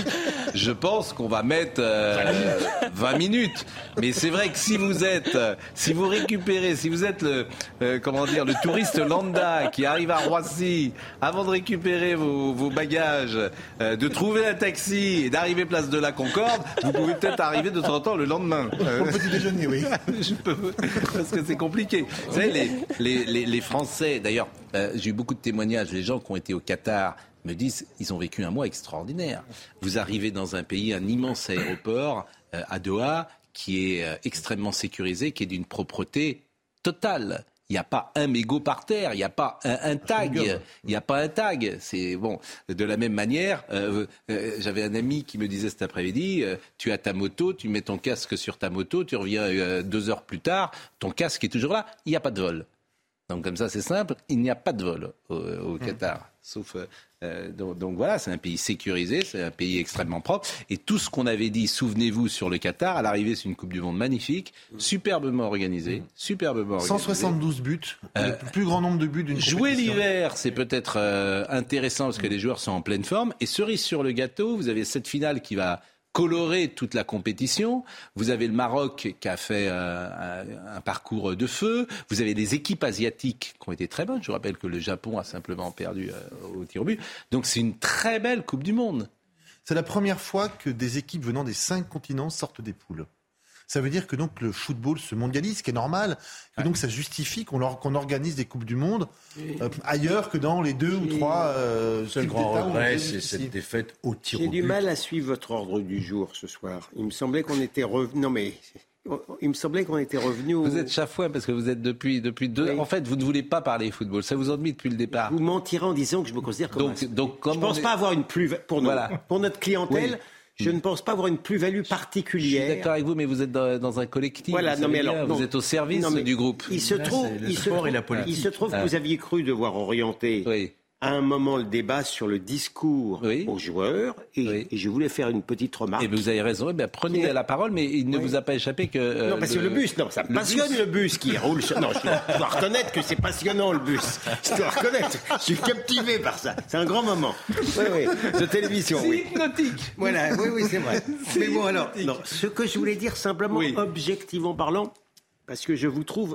je pense qu'on va mettre euh, vingt minutes. Mais c'est vrai que si vous êtes, si vous récupérez, si vous êtes le, euh, comment dire, le touriste lambda qui arrive à Roissy, avant de récupérer vos, vos bagages, euh, de trouver un taxi et d'arriver place de la Concorde, vous pouvez peut-être arriver de temps en temps le lendemain. Pour le petit déjeuner, oui. Je peux, parce que c'est compliqué. Vous savez, les, les, les, les Français, d'ailleurs, euh, j'ai eu beaucoup de témoignages, les gens qui ont été au Qatar me disent ils ont vécu un mois extraordinaire. Vous arrivez dans un pays, un immense aéroport euh, à Doha, qui est euh, extrêmement sécurisé, qui est d'une propreté totale. Il n'y a pas un mégot par terre, il n'y a pas un, un tag, il n'y a pas un tag. C'est bon. De la même manière, euh, euh, j'avais un ami qui me disait cet après-midi, euh, tu as ta moto, tu mets ton casque sur ta moto, tu reviens euh, deux heures plus tard, ton casque est toujours là, il n'y a pas de vol. Donc comme ça, c'est simple, il n'y a pas de vol au, au Qatar. Mmh. Sauf, euh, donc, donc voilà, c'est un pays sécurisé, c'est un pays extrêmement propre. Et tout ce qu'on avait dit, souvenez-vous, sur le Qatar, à l'arrivée, c'est une Coupe du Monde magnifique, superbement organisée, superbement organisée. cent soixante-douze buts, euh, le plus grand nombre de buts d'une compétition. Jouer l'hiver, c'est peut-être euh, intéressant parce que les joueurs sont en pleine forme. Et cerise sur le gâteau, vous avez cette finale qui va colorer toute la compétition. Vous avez le Maroc qui a fait euh, un, un parcours de feu. Vous avez des équipes asiatiques qui ont été très bonnes. Je vous rappelle que le Japon a simplement perdu euh, au tir au but. Donc c'est une très belle Coupe du Monde. C'est la première fois que des équipes venant des cinq continents sortent des poules. Ça veut dire que donc le football se mondialise, ce qui est normal, et donc ça justifie qu'on, leur, qu'on organise des Coupes du Monde euh, ailleurs que dans les deux ou trois euh, Le seul grand regret, c'est cette défaite au tir au but. J'ai du mal à suivre votre ordre du jour ce soir. Il me semblait qu'on était revenu... Non mais... Il me semblait qu'on était revenu au... Vous êtes chafouin parce que vous êtes depuis, depuis deux... Oui. En fait, vous ne voulez pas parler football. Ça vous ennuie depuis le départ. Vous mentirez en disant que je me considère comme donc, un... donc, Je ne pense est... pas avoir une plus... Pour, nous, voilà. pour notre clientèle... Oui. Je ne pense pas avoir une plus-value particulière. Je suis d'accord avec vous, mais vous êtes dans, dans un collectif. Voilà, non, mais alors, vous non. êtes au service non, du groupe. Il se trouve, Là, il se trouve, et la politique. Il se trouve ah. que vous aviez cru devoir orienter oui. à un moment le débat sur le discours oui. aux joueurs, et, oui. et je voulais faire une petite remarque. Et vous avez raison, eh bien, prenez a... la parole, mais il ne oui. vous a pas échappé que... Euh, non, parce le... que le bus, non, ça me le passionne bus. le bus qui roule. Non, je dois, je dois reconnaître que c'est passionnant le bus. Je dois reconnaître, je suis captivé par ça. C'est un grand moment. Oui, oui, de télévision. C'est oui. hypnotique. Voilà, oui, oui, c'est vrai. C'est mais bon, alors, non, ce que je voulais dire simplement, oui. objectivement parlant, parce que je vous trouve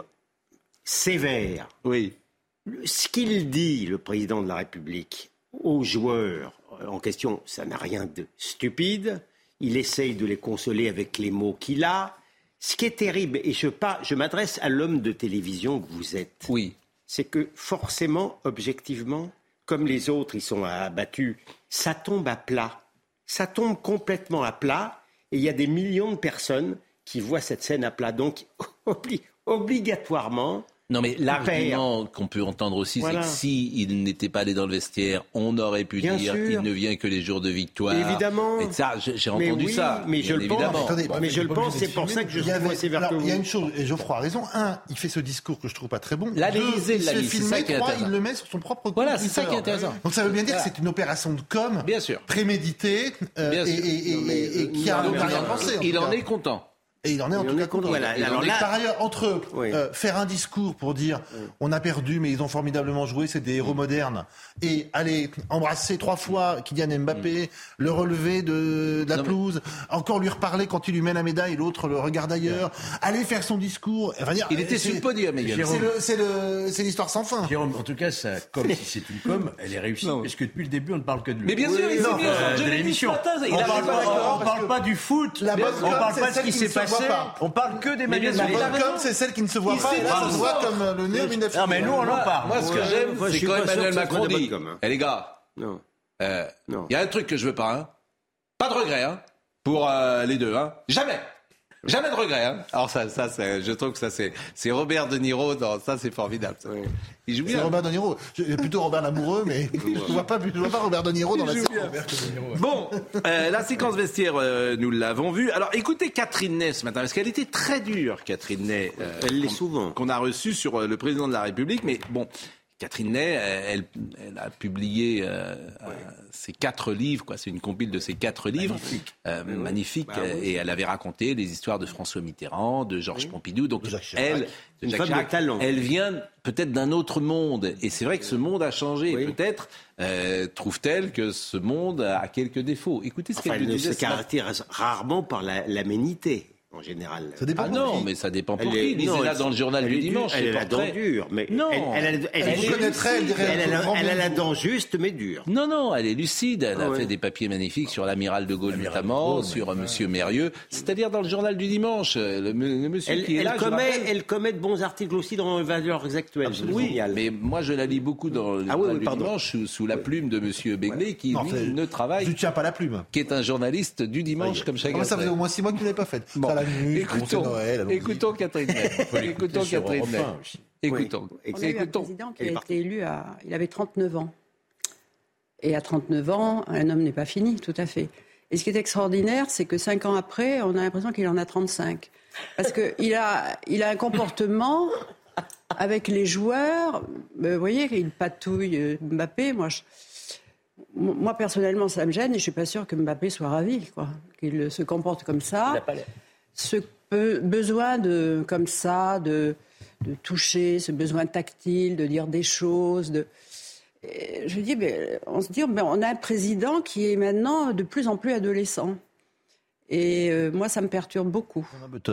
sévère. Oui. Ce qu'il dit, le président de la République, aux joueurs en question, ça n'a rien de stupide. Il essaye de les consoler avec les mots qu'il a. Ce qui est terrible, et je, pas, je m'adresse à l'homme de télévision que vous êtes, oui. c'est que forcément, objectivement, comme les autres, ils sont abattus, ça tombe à plat. Ça tombe complètement à plat, et il y a des millions de personnes qui voient cette scène à plat. Donc, obli- obligatoirement... Non, mais l'argument qu'on peut entendre aussi, voilà. c'est que s'il n'était pas allé dans le vestiaire, on aurait pu bien dire qu'il ne vient que les jours de victoire. Évidemment. Et ça, j'ai, j'ai entendu mais oui, ça. Mais je le pense. Attendez, mais je le pense, c'est pour ça que je suis moins sévère que vous. Il y a une chose, et Geoffroy a raison. Un, il fait ce discours que je trouve pas très bon. Là, l'Élysée l'a dit, c'est ça qui est intéressant. Trois, il le met sur son propre compte. Voilà, c'est ça qui est intéressant. Donc ça veut bien dire voilà. que c'est une opération de com, bien sûr, préméditée, euh, bien et, et, et, non, mais, et qui a rien pensé. Il en est content. Et il en est en tout cas content. Voilà. Alors là, par ailleurs, entre oui. euh, faire un discours pour dire oui. on a perdu mais ils ont formidablement joué, c'est des héros oui. modernes, et aller embrasser trois fois Kylian Mbappé, oui. le relever de, de la non, pelouse, mais... encore lui reparler quand il lui met la médaille et l'autre le regarde ailleurs, oui. aller faire son discours. Enfin, dire, il était sur le podium, Jérôme. C'est, le, c'est, le, c'est l'histoire sans fin. Jérôme, en tout cas, ça, comme si c'est une com, elle est réussie, non. parce que depuis le début, on ne parle que de lui. Mais bien sûr, il non, euh, de l'émission. On ne parle pas du foot, on ne parle pas de ce qui s'est passé, on parle que des magazines. La bonne com, c'est celle qui ne se voit pas. Et là, ça se voit comme le nez au mille neuf cents. Non, mais nous, on en parle. Moi, ce que j'aime, c'est quand Emmanuel Macron dit eh les gars, il y a un truc que je veux pas, hein. Pas de regret, hein, pour les deux, hein. Jamais. Jamais de regret, hein. Alors ça, ça, c'est, je trouve que ça, c'est, c'est Robert De Niro. Dans, ça, c'est formidable. Ça. Il joue bien. C'est Robert De Niro. J'ai plutôt Robert Lamoureux, mais je vois pas, je vois pas Robert De Niro dans la série. Bon, euh, la séquence vestiaire, euh, nous l'avons vue. Alors, écoutez Catherine Ney ce matin, parce qu'elle était très dure, Catherine Ney. Euh, Elle l'est souvent. Qu'on a reçue sur euh, le président de la République, mais bon. Catherine Ney, elle, elle a publié euh, ouais. euh, ses quatre livres, quoi. C'est une compile de ses quatre livres, magnifique, euh, oui, magnifique bah, oui. Et elle avait raconté les histoires de François Mitterrand, de Georges oui. Pompidou. Donc elle, une Jacques femme de talent. Elle vient peut-être d'un autre monde, et c'est vrai que ce monde a changé. Oui. Peut-être euh, trouve-t-elle que ce monde a quelques défauts. Écoutez ce enfin, qu'elle disait. Elle se caractérise rarement par la, l'aménité. En général. Ça dépend ah non, mais ça dépend pour qui. Lisez-la dans le journal du dimanche. Elle a la dent dure, mais non. Elle, elle, elle, elle, elle, elle, connaîtrait, elle, dirait elle, elle, elle a la dent juste, mais dure. Non, non, elle est lucide. Elle a oh, fait ouais. des papiers magnifiques sur l'amiral de Gaulle l'amiral notamment, de Gaulle, sur ouais. Monsieur Mérieux. C'est-à-dire dans le journal du dimanche, le, le monsieur elle, qui est elle là. Commet, elle commet de bons articles aussi dans Valeurs Actuelles. Oui, génial. Mais moi je la lis beaucoup dans le ah, journal oui, du dimanche sous, sous la plume de Monsieur Begley, qui non, lui ne travaille. Je ne tiens pas la plume. Qui est un journaliste du dimanche comme chacun. Ça faisait au moins six mois que vous l'avez pas fait. Bon, Noël, écoutons Catherine Ney. Écoutons Catherine Ney. Écoutons. On a eu un président qui a été élu à... Il avait trente-neuf ans. Et à trente-neuf ans, un homme n'est pas fini, tout à fait. Et ce qui est extraordinaire, c'est que cinq ans après, on a l'impression qu'il en a trente-cinq. Parce qu'il a, il a un comportement avec les joueurs. Vous voyez, il patouille Mbappé. Moi, je... Moi, personnellement, ça me gêne et je ne suis pas sûre que Mbappé soit ravi, quoi, qu'il se comporte comme ça. Il n'a pas l'air. Ce besoin de, comme ça, de, de toucher, ce besoin tactile, de dire des choses. De... Je dis, mais on se dit, mais on a un président qui est maintenant de plus en plus adolescent. Et euh, moi, ça me perturbe beaucoup.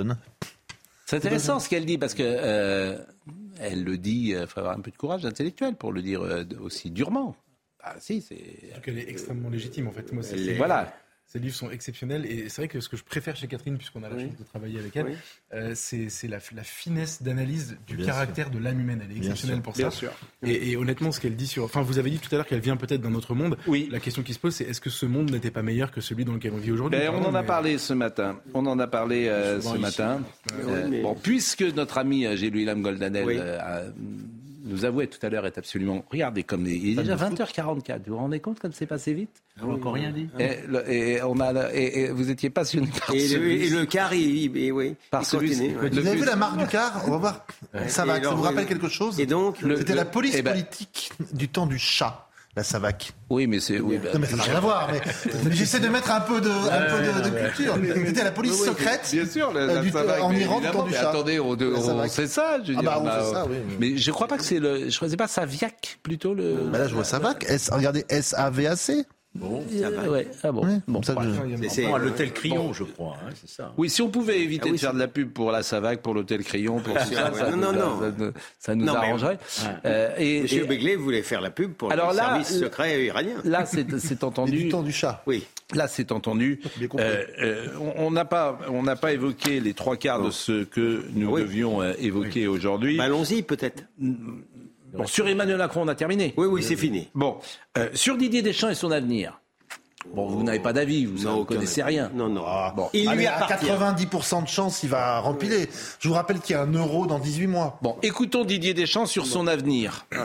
C'est intéressant ce qu'elle dit, parce que euh, elle le dit, il faut avoir un peu de courage intellectuel pour le dire euh, aussi durement. Ah si, c'est... Surtout qu'elle est extrêmement légitime, en fait. Moi, c'est, c'est... Voilà. Ces livres sont exceptionnels et c'est vrai que ce que je préfère chez Catherine, puisqu'on a la oui. chance de travailler avec elle, oui. euh, c'est, c'est la, la finesse d'analyse du bien caractère sûr. De l'âme humaine. Elle est exceptionnelle bien pour bien ça. Sûr. Et, et honnêtement, ce qu'elle dit sur... Enfin, vous avez dit tout à l'heure qu'elle vient peut-être d'un autre monde. Oui. La question qui se pose, c'est est-ce que ce monde n'était pas meilleur que celui dans lequel on vit aujourd'hui? ben, On en a mais... parlé ce matin. On en a parlé euh, ce ici. matin. Euh, mais... Bon, puisque notre ami Gélouillam Goldanel oui. euh, a... nous avouait tout à l'heure est absolument... Regardez, comme il est déjà vingt heures quarante-quatre. Vous vous rendez compte comme c'est passé vite? On n'a encore rien dit. Et, le, et, on a, et, et vous étiez passionné par et celui... Le, et le car, il, il, oui, par il celui... continue. Ouais. Vous avez vu la marque du car? On va voir. Ouais. Savac, ça vous rappelle quelque chose? Et donc, C'était le, la police ben... politique du temps du chat. La Savac. Oui, mais c'est. Oui, bah, non, mais ça n'a rien à voir. Mais j'essaie de mettre un peu de, un peu de, de culture. C'était la police oui, secrète. Bien sûr, la, la du, Savac, en Iran du temps du chat. Attendez, on, on sait ça. Je veux ah dire, bah, on bah, sait ça, oui. Mais je crois pas que c'est le. Je crois pas Saviac plutôt le. Bah là, je vois Savac. S, regardez, S A V A C. Bon, ça va. Ouais. Ah bon. Ouais, bon, ça, je... C'est à l'hôtel Crillon, bon. je crois. Hein, c'est ça. Oui, si on pouvait éviter ah, oui, de faire de la pub pour la Savac, pour l'hôtel Crillon, pour tout ça, ça, non, nous, non, ça, non. ça, ça nous non, arrangerait. Mais... Euh, et, Monsieur et... Begley voulait faire la pub pour Alors le là, service le... secret iranien. Là, c'est, c'est entendu. Du temps du chat. Oui. Là, c'est entendu. Euh, euh, on n'a pas, on n'a pas évoqué les trois quarts non. de ce que nous oui. devions euh, évoquer oui. aujourd'hui. Bah, allons-y, peut-être. Bon, sur Emmanuel Macron, on a terminé. Oui, oui, c'est fini. Bon, euh, sur Didier Deschamps et son avenir. Bon, vous n'avez pas d'avis, vous ne connaissez rien. Non, non. Ah, bon. Il lui a quatre-vingt-dix pour cent de chance, il va rempiler. Je vous rappelle qu'il y a un euro dans dix-huit mois. Bon, écoutons Didier Deschamps sur son avenir. Ah.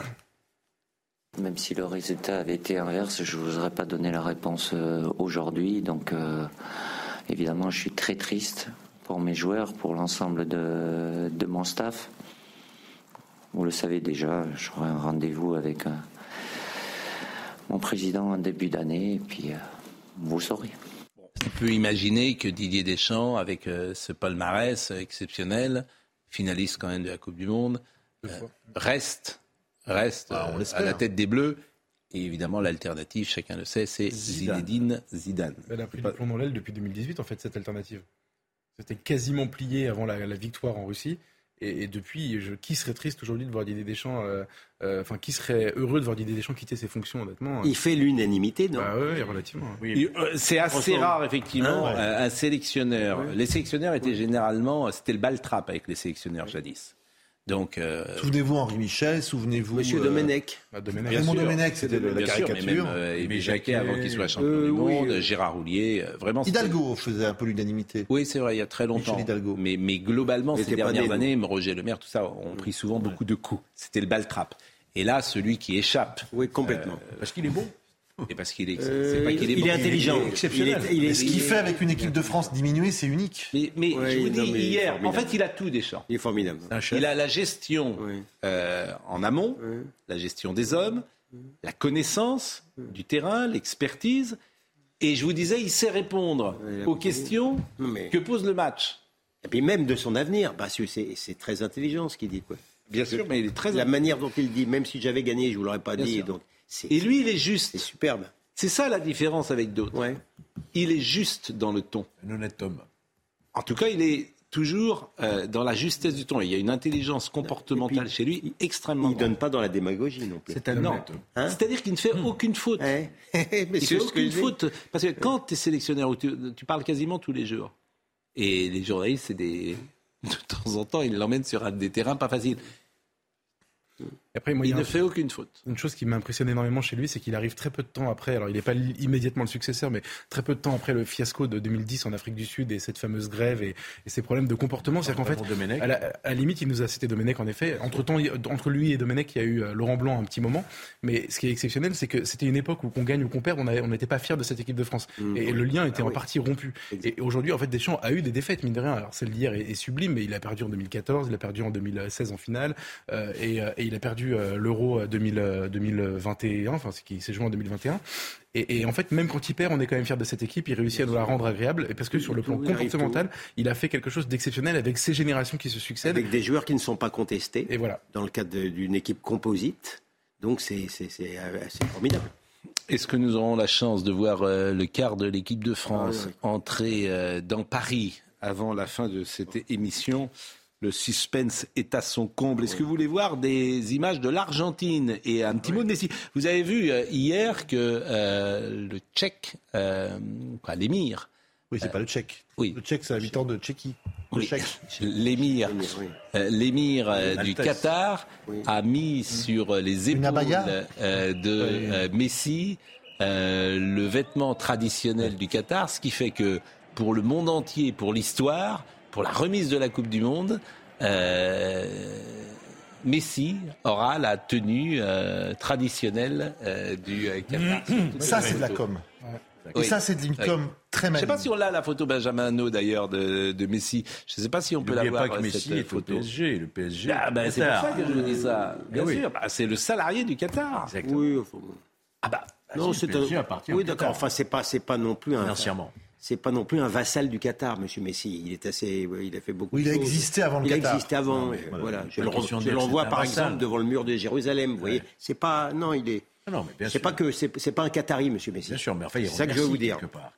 Même si le résultat avait été inverse, je ne vous aurais pas donné la réponse euh, aujourd'hui. Donc, euh, évidemment, je suis très triste pour mes joueurs, pour l'ensemble de, de mon staff. Vous le savez déjà, j'aurai un rendez-vous avec... Euh, mon président en début d'année, et puis euh, vous saurez. On peut imaginer que Didier Deschamps, avec euh, ce palmarès exceptionnel, finaliste quand même de la Coupe du Monde, euh, reste, reste ah, euh, à la tête des Bleus. Et évidemment, l'alternative, chacun le sait, c'est Zinedine Zidane. Elle a pris le plomb dans l'aile depuis deux mille dix-huit, en fait, cette alternative. C'était quasiment plié avant la, la victoire en Russie. Et, et depuis, je, qui serait triste aujourd'hui de voir Didier Deschamps, euh, euh, enfin, qui serait heureux de voir Didier Deschamps quitter ses fonctions, honnêtement. Il fait l'unanimité, non? Bah oui, relativement. Oui. Il, euh, c'est assez rare, effectivement, hein, ouais. un, un sélectionneur. Ouais. Les sélectionneurs étaient ouais. généralement, c'était le bal-trap avec les sélectionneurs ouais. jadis. Donc, euh... souvenez-vous Henri Michel, souvenez-vous Monsieur euh... Domenech. Ah, Domenech. Raymond Domenech, c'était de, la caricature. Sûr, mais même euh, Aimé Jacquet avant qu'il soit champion euh, du monde, oui. Gérard Houllier, euh, vraiment. Hidalgo faisait un peu l'unanimité. Oui, c'est vrai, il y a très longtemps. Mais, mais globalement, ces dernières années, Roger Le Maire, tout ça, ont pris souvent ouais. beaucoup de coups. C'était le bal-trap. Et là, celui qui échappe. Oui, complètement. Euh, Parce qu'il est bon. Et parce qu'il est, euh, c'est pas qu'il est, il bon, est intelligent, il est exceptionnel. Il est, il est, ce qu'il fait avec une équipe de France diminuée, c'est unique. Mais, mais ouais, je vous dis, non, mais hier, en fait, il a tout, Deschamps. Il est formidable. Il a la gestion oui. euh, en amont, oui. la gestion des hommes, oui. la connaissance oui. du terrain, l'expertise. Et je vous disais, il sait répondre oui, aux questions mais... que pose le match. Et puis même de son avenir, parce que c'est, c'est très intelligent ce qu'il dit, quoi. Bien sûr, mais il est très... La manière dont il dit, même si j'avais gagné, je ne vous l'aurais pas Bien dit. Donc, c'est, et lui, il est juste. C'est superbe. C'est ça la différence avec d'autres. Ouais. Il est juste dans le ton. Un honnête homme. En tout cas, il est toujours euh, dans la justesse du ton. Il y a une intelligence comportementale puis, chez lui extrêmement Il ne donne pas dans la démagogie non plus. C'est un non. Hein C'est-à-dire qu'il ne fait aucune faute. Ouais. il ne fait aucune faute. Parce que quand tu es sélectionneur, tu, tu parles quasiment tous les jours. Et les journalistes, c'est des... de temps en temps, ils l'emmènent sur un des terrains pas faciles. Après, moi, il, il ne un... fait aucune faute. Une chose qui m'impressionne énormément chez lui, c'est qu'il arrive très peu de temps après, alors il n'est pas immédiatement le successeur, mais très peu de temps après le fiasco de deux mille dix en Afrique du Sud et cette fameuse grève et, et ces problèmes de comportement. C'est-à-dire qu'en fait, à la, à la limite, il nous a cité Domenech en effet. Entre-temps, entre lui et Domenech, il y a eu Laurent Blanc un petit moment. Mais ce qui est exceptionnel, c'est que c'était une époque où qu'on gagne ou qu'on perd, on n'était pas fiers de cette équipe de France. Mmh, et, et le lien était ah, en oui. partie rompu. Et aujourd'hui, en fait, Deschamps a eu des défaites, mine de rien. Alors celle d'hier est, est sublime, mais il a perdu en deux mille quatorze, il a perdu en deux mille seize en finale, euh, et, et il a perdu euh, l'Euro deux mille vingt et un, enfin, ce qui s'est joué en deux mille vingt et un. Et, et en fait, même quand il perd, on est quand même fiers de cette équipe. Il réussit à nous la rendre agréable. Et parce que sur le plan comportemental, il a fait quelque chose d'exceptionnel avec ces générations qui se succèdent. Avec des joueurs qui ne sont pas contestés. Et voilà. Dans le cadre de, d'une équipe composite. Donc c'est, c'est, c'est, c'est formidable. Est-ce que nous aurons la chance de voir euh, le quart de l'équipe de France ah, oui, oui. entrer euh, dans Paris avant la fin de cette émission ? Le suspense est à son comble. Est-ce que vous voulez voir des images de l'Argentine et un petit oui. mot de Messi ? Vous avez vu euh, hier que euh, le Tchèque, euh, quoi, l'émir... Oui, c'est euh, pas le Tchèque. Oui. Le Tchèque, c'est l'habitant de Tchéquie. Le oui. Tchèque. L'émir, oui. euh, l'émir euh, du Qatar oui. a mis mmh. sur les épaules euh, de oui. euh, Messi euh, le vêtement traditionnel oui. du Qatar, ce qui fait que pour le monde entier, pour l'histoire... pour la remise de la Coupe du Monde, euh, Messi aura la tenue euh, traditionnelle euh, du euh, Qatar. Mmh, ça, c'est de la com. Ouais. Et oui. ça, c'est une com oui. très maligne. Je ne sais pas si on l'a, la photo Benjamin Hanot, d'ailleurs, de, de Messi. Je ne sais pas si on peut l'avoir, pas que Messi cette est photo. Le P S G, le P S G. Ah, ben, c'est pour ça que je vous dis ça. Bien oui. sûr, bah, c'est le salarié du Qatar. Exactement. Oui, enfin, ah bah, non, c'est un... Oui, d'accord. Enfin, c'est pas, c'est pas non plus un... Financièrement. C'est pas non plus un vassal du Qatar, Monsieur Messi. Il est assez, il a fait beaucoup. Oui, de il choses. a existé avant le il Qatar. Il a existé avant. Non, mais, voilà. voilà. Je, le, je l'envoie par exemple devant le mur de Jérusalem. Vous voyez, ouais. c'est pas, non, il est. Non, mais bien c'est sûr. Pas que, c'est, c'est pas un Qatari, Monsieur Messi. Bien sûr, mais enfin, il c'est ça que je veux vous dire. Part.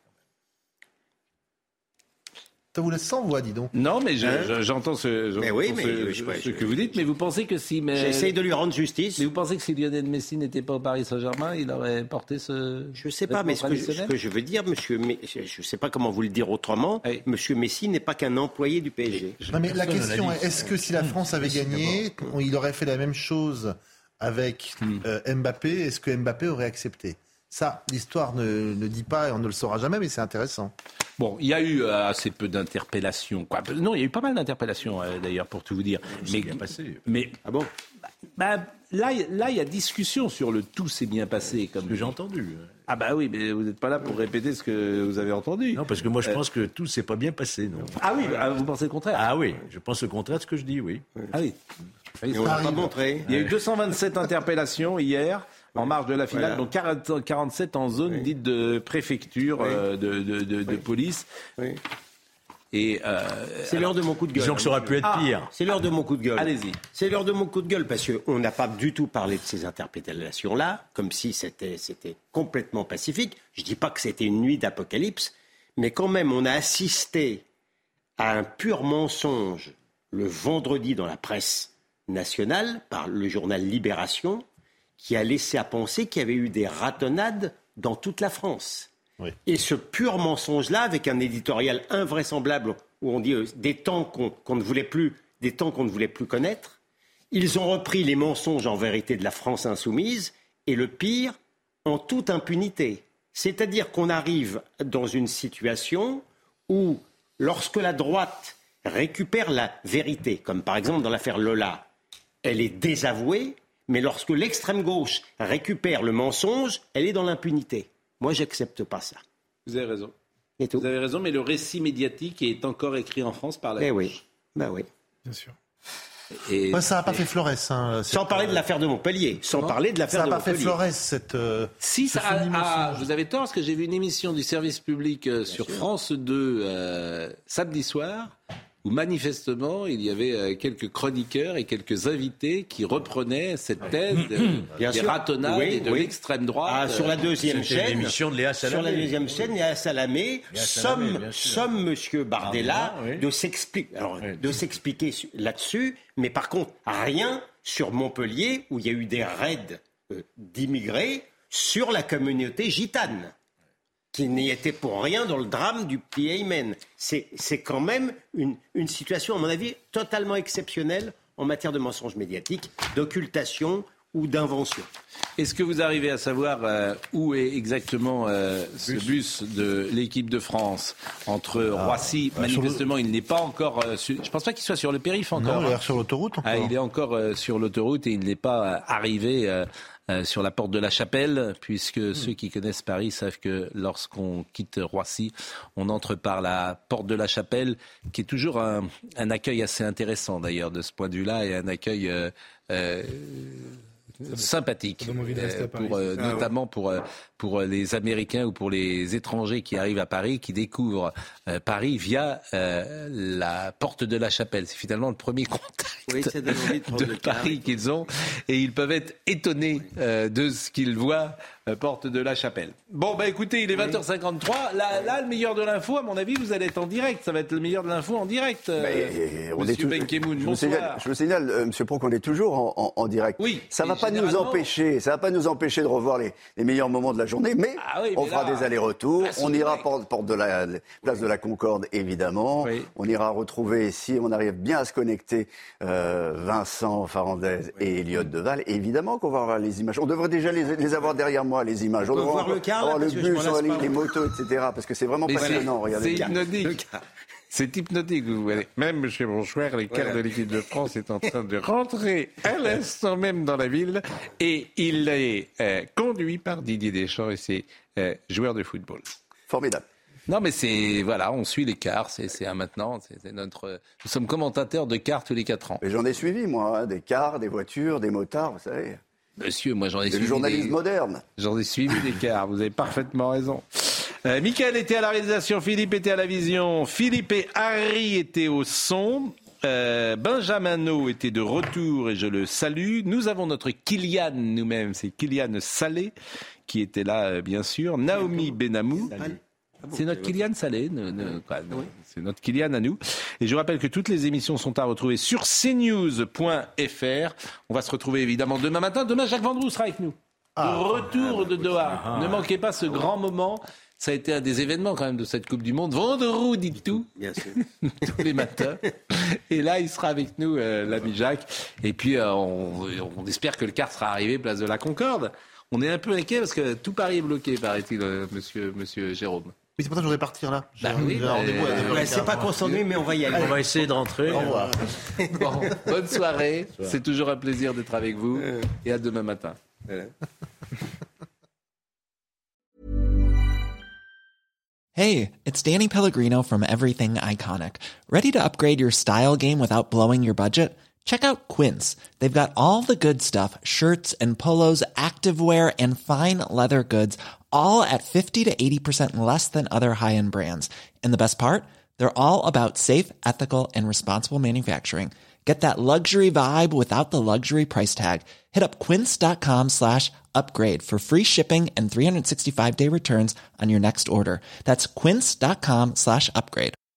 Ça vous laisse sans voix, dis donc. Non, mais je, hein je, j'entends ce, j'entends mais oui, mais ce, je, ce, je, ce que vous dites, mais vous pensez que si... Mais... J'essaye de lui rendre justice. Mais vous pensez que si Lionel Messi n'était pas au Paris Saint-Germain, il aurait porté ce... Je ne sais pas, mais ce que, je, ce que je veux dire, monsieur, je ne sais pas comment vous le dire autrement, oui. Monsieur Messi n'est pas qu'un employé du P S G. Non, mais la question est, est-ce que si la France avait gagné, il aurait fait la même chose avec euh, Mbappé ? Est-ce que Mbappé aurait accepté ? Ça, l'histoire ne, ne dit pas et on ne le saura jamais, mais c'est intéressant. Bon, il y a eu euh, assez peu d'interpellations. Quoi. Non, il y a eu pas mal d'interpellations, euh, d'ailleurs, pour tout vous dire. Mais, bien passé. mais ah bon bah, là, là, il y a discussion sur le tout s'est bien passé. Comme ce que j'ai entendu. Ah bah oui, mais vous n'êtes pas là pour répéter ce que vous avez entendu. Non, parce que moi, je euh... pense que tout s'est pas bien passé. Non. Ah oui, bah, vous pensez le contraire ? Ah oui, je pense le contraire de ce que je dis, oui. Ah oui. Et on l'a pas montré. Il y a eu deux cent vingt-sept interpellations hier. En marge de la finale, voilà. Donc quarante-sept en zone oui. dite de préfecture, oui. euh, de, de, de, de oui. police. Oui. Et euh, c'est alors, l'heure de mon coup de gueule. Disons que ça aurait pu être ah, pire. C'est l'heure de mon coup de gueule. Allez-y. C'est l'heure de mon coup de gueule parce qu'on n'a pas du tout parlé de ces interpellations-là, comme si c'était, c'était complètement pacifique. Je ne dis pas que c'était une nuit d'apocalypse, mais quand même, on a assisté à un pur mensonge le vendredi dans la presse nationale par le journal Libération, qui a laissé à penser qu'il y avait eu des ratonnades dans toute la France. Oui. Et ce pur mensonge-là, avec un éditorial invraisemblable où on dit euh, des temps qu'on, qu'on ne voulait plus, des temps qu'on ne voulait plus connaître, ils ont repris les mensonges en vérité de la France insoumise et le pire, en toute impunité. C'est-à-dire qu'on arrive dans une situation où, lorsque la droite récupère la vérité, comme par exemple dans l'affaire Lola, elle est désavouée, Mais lorsque l'extrême gauche récupère le mensonge, elle est dans l'impunité. Moi, j'accepte pas ça. Vous avez raison. Et tout. Vous avez raison, mais le récit médiatique est encore écrit en France par la eh gauche. oui, bah oui. Bien sûr. Et ouais, ça n'a pas fait Flores. Hein, sans parler de l'affaire de Montpellier. Sans Comment parler de l'affaire de Ça Montpellier. n'a pas fait Flores, cette... Euh, si, ce ça a, a, vous avez tort, parce que j'ai vu une émission du service public euh, sur sûr. France deux euh, samedi soir, où manifestement, il y avait euh, quelques chroniqueurs et quelques invités qui reprenaient cette thèse de, des ratonnades oui, et de oui. l'extrême droite. Ah, sur la deuxième C'était chaîne, l'émission de Léa Salamé. Sur la deuxième chaîne, Léa Salamé, Léa Salamé somme, somme Monsieur Bardella oui. de s'expliquer, alors, oui. de s'expliquer là-dessus, mais par contre, rien sur Montpellier, où il y a eu des raids euh, d'immigrés sur la communauté gitane, qui n'y était pour rien dans le drame du petit Yémen. C'est, c'est quand même une, une situation, à mon avis, totalement exceptionnelle en matière de mensonges médiatiques, d'occultation ou d'invention. Est-ce que vous arrivez à savoir euh, où est exactement euh, ce bus. bus de l'équipe de France entre ah, Roissy, bah, manifestement le... il n'est pas encore euh, sur... je pense pas qu'il soit sur le périph' encore. Non, il est sur l'autoroute encore. Ah, il est encore euh, sur l'autoroute et il n'est pas euh, arrivé euh, euh, sur la porte de la Chapelle, puisque mmh. ceux qui connaissent Paris savent que lorsqu'on quitte Roissy, on entre par la porte de la Chapelle, qui est toujours un, un accueil assez intéressant d'ailleurs de ce point de vue-là, et un accueil euh, euh, sympathique, euh, pour, euh, ah, notamment ouais. pour, euh, pour les Américains ou pour les étrangers qui arrivent à Paris, qui découvrent euh, Paris via euh, la porte de la Chapelle. C'est finalement le premier contact oui, de, de, de Paris qu'ils ont, et ils peuvent être étonnés euh, de ce qu'ils voient euh, porte de la Chapelle. Bon, bah écoutez, il est vingt heures cinquante-trois. Là, là, le meilleur de l'info, à mon avis, vous allez être en direct. Ça va être le meilleur de l'info en direct. Euh, on Monsieur est Benkemoun, je bonsoir. me signale, je me signale euh, Monsieur Pro, qu'on est toujours en, en, en direct. Oui. Ça va pas nous empêcher, ça va pas nous empêcher de revoir les, les meilleurs moments de la journée, mais, ah oui, mais on fera là, des allers-retours. On ira porte, porte de la place de la Concorde, évidemment. Oui. On ira retrouver, si on arrive bien à se connecter, euh, Vincent Farandez oui. et Elliott Deval. Et évidemment qu'on va avoir les images. On devrait déjà les, les avoir derrière moi, les images. On, on devrait voir le car, avoir là, le bus, les, les motos, et cetera. Parce que c'est vraiment mais passionnant. C'est, regardez. C'est hypnotique. C'est hypnotique, vous voyez. Même chez Bonsoir, les quarts de l'équipe de France est en train de rentrer à l'instant même dans la ville, et il est euh, conduit par Didier Deschamps et ses euh, joueurs de football. Formidable. Non, mais c'est, voilà, on suit les cars, c'est, c'est un maintenant, c'est, c'est notre, nous sommes commentateurs de cars tous les quatre ans. Mais j'en ai suivi, moi, hein, des cars, des voitures, des motards, vous savez. Monsieur, moi j'en ai c'est suivi. Le journalisme des... moderne. J'en ai suivi des cars, vous avez parfaitement raison. Euh, Mickaël était à la réalisation, Philippe était à la vision, Philippe et Harry étaient au son, euh, Benjamin No était de retour et je le salue. Nous avons notre Kylian nous-mêmes, c'est Kylian Salé qui était là euh, bien sûr, Naomi Benamou. Ah bon, c'est notre Kylian Salé, ne, ne, quoi, oui. C'est notre Kylian à nous. Et je vous rappelle que toutes les émissions sont à retrouver sur c news point f r. On va se retrouver évidemment demain matin. Demain, Jacques Vendroux sera avec nous. Ah, le retour ah, de Doha. Ah, ne manquez pas ce ah, grand ouais. moment. Ça a été un des événements quand même de cette Coupe du Monde. Vendroux dit tout. Bien sûr. Tous les matins. Et là, il sera avec nous, euh, l'ami Jacques. Et puis, euh, on, on espère que le car sera arrivé place de la Concorde. On est un peu inquiet parce que tout Paris est bloqué, paraît-il, euh, monsieur, monsieur Jérôme. Oui, c'est pour ça que je voudrais partir là. Bah oui, bah, bah, c'est pas qu'on s'ennuie, mais on va y aller. On va essayer de rentrer. Au revoir. Bon, bonne soirée. C'est toujours un plaisir d'être avec vous. Et à demain matin. Hey, it's Danny Pellegrino from Everything Iconic. Ready to upgrade your style game without blowing your budget? Check out Quince. They've got all the good stuff, shirts and polos, activewear, and fine leather goods, all at fifty to eighty percent less than other high-end brands. And the best part? They're all about safe, ethical, and responsible manufacturing. Get that luxury vibe without the luxury price tag. Hit up quince.com slash upgrade for free shipping and three sixty-five day returns on your next order. That's quince.com slash upgrade.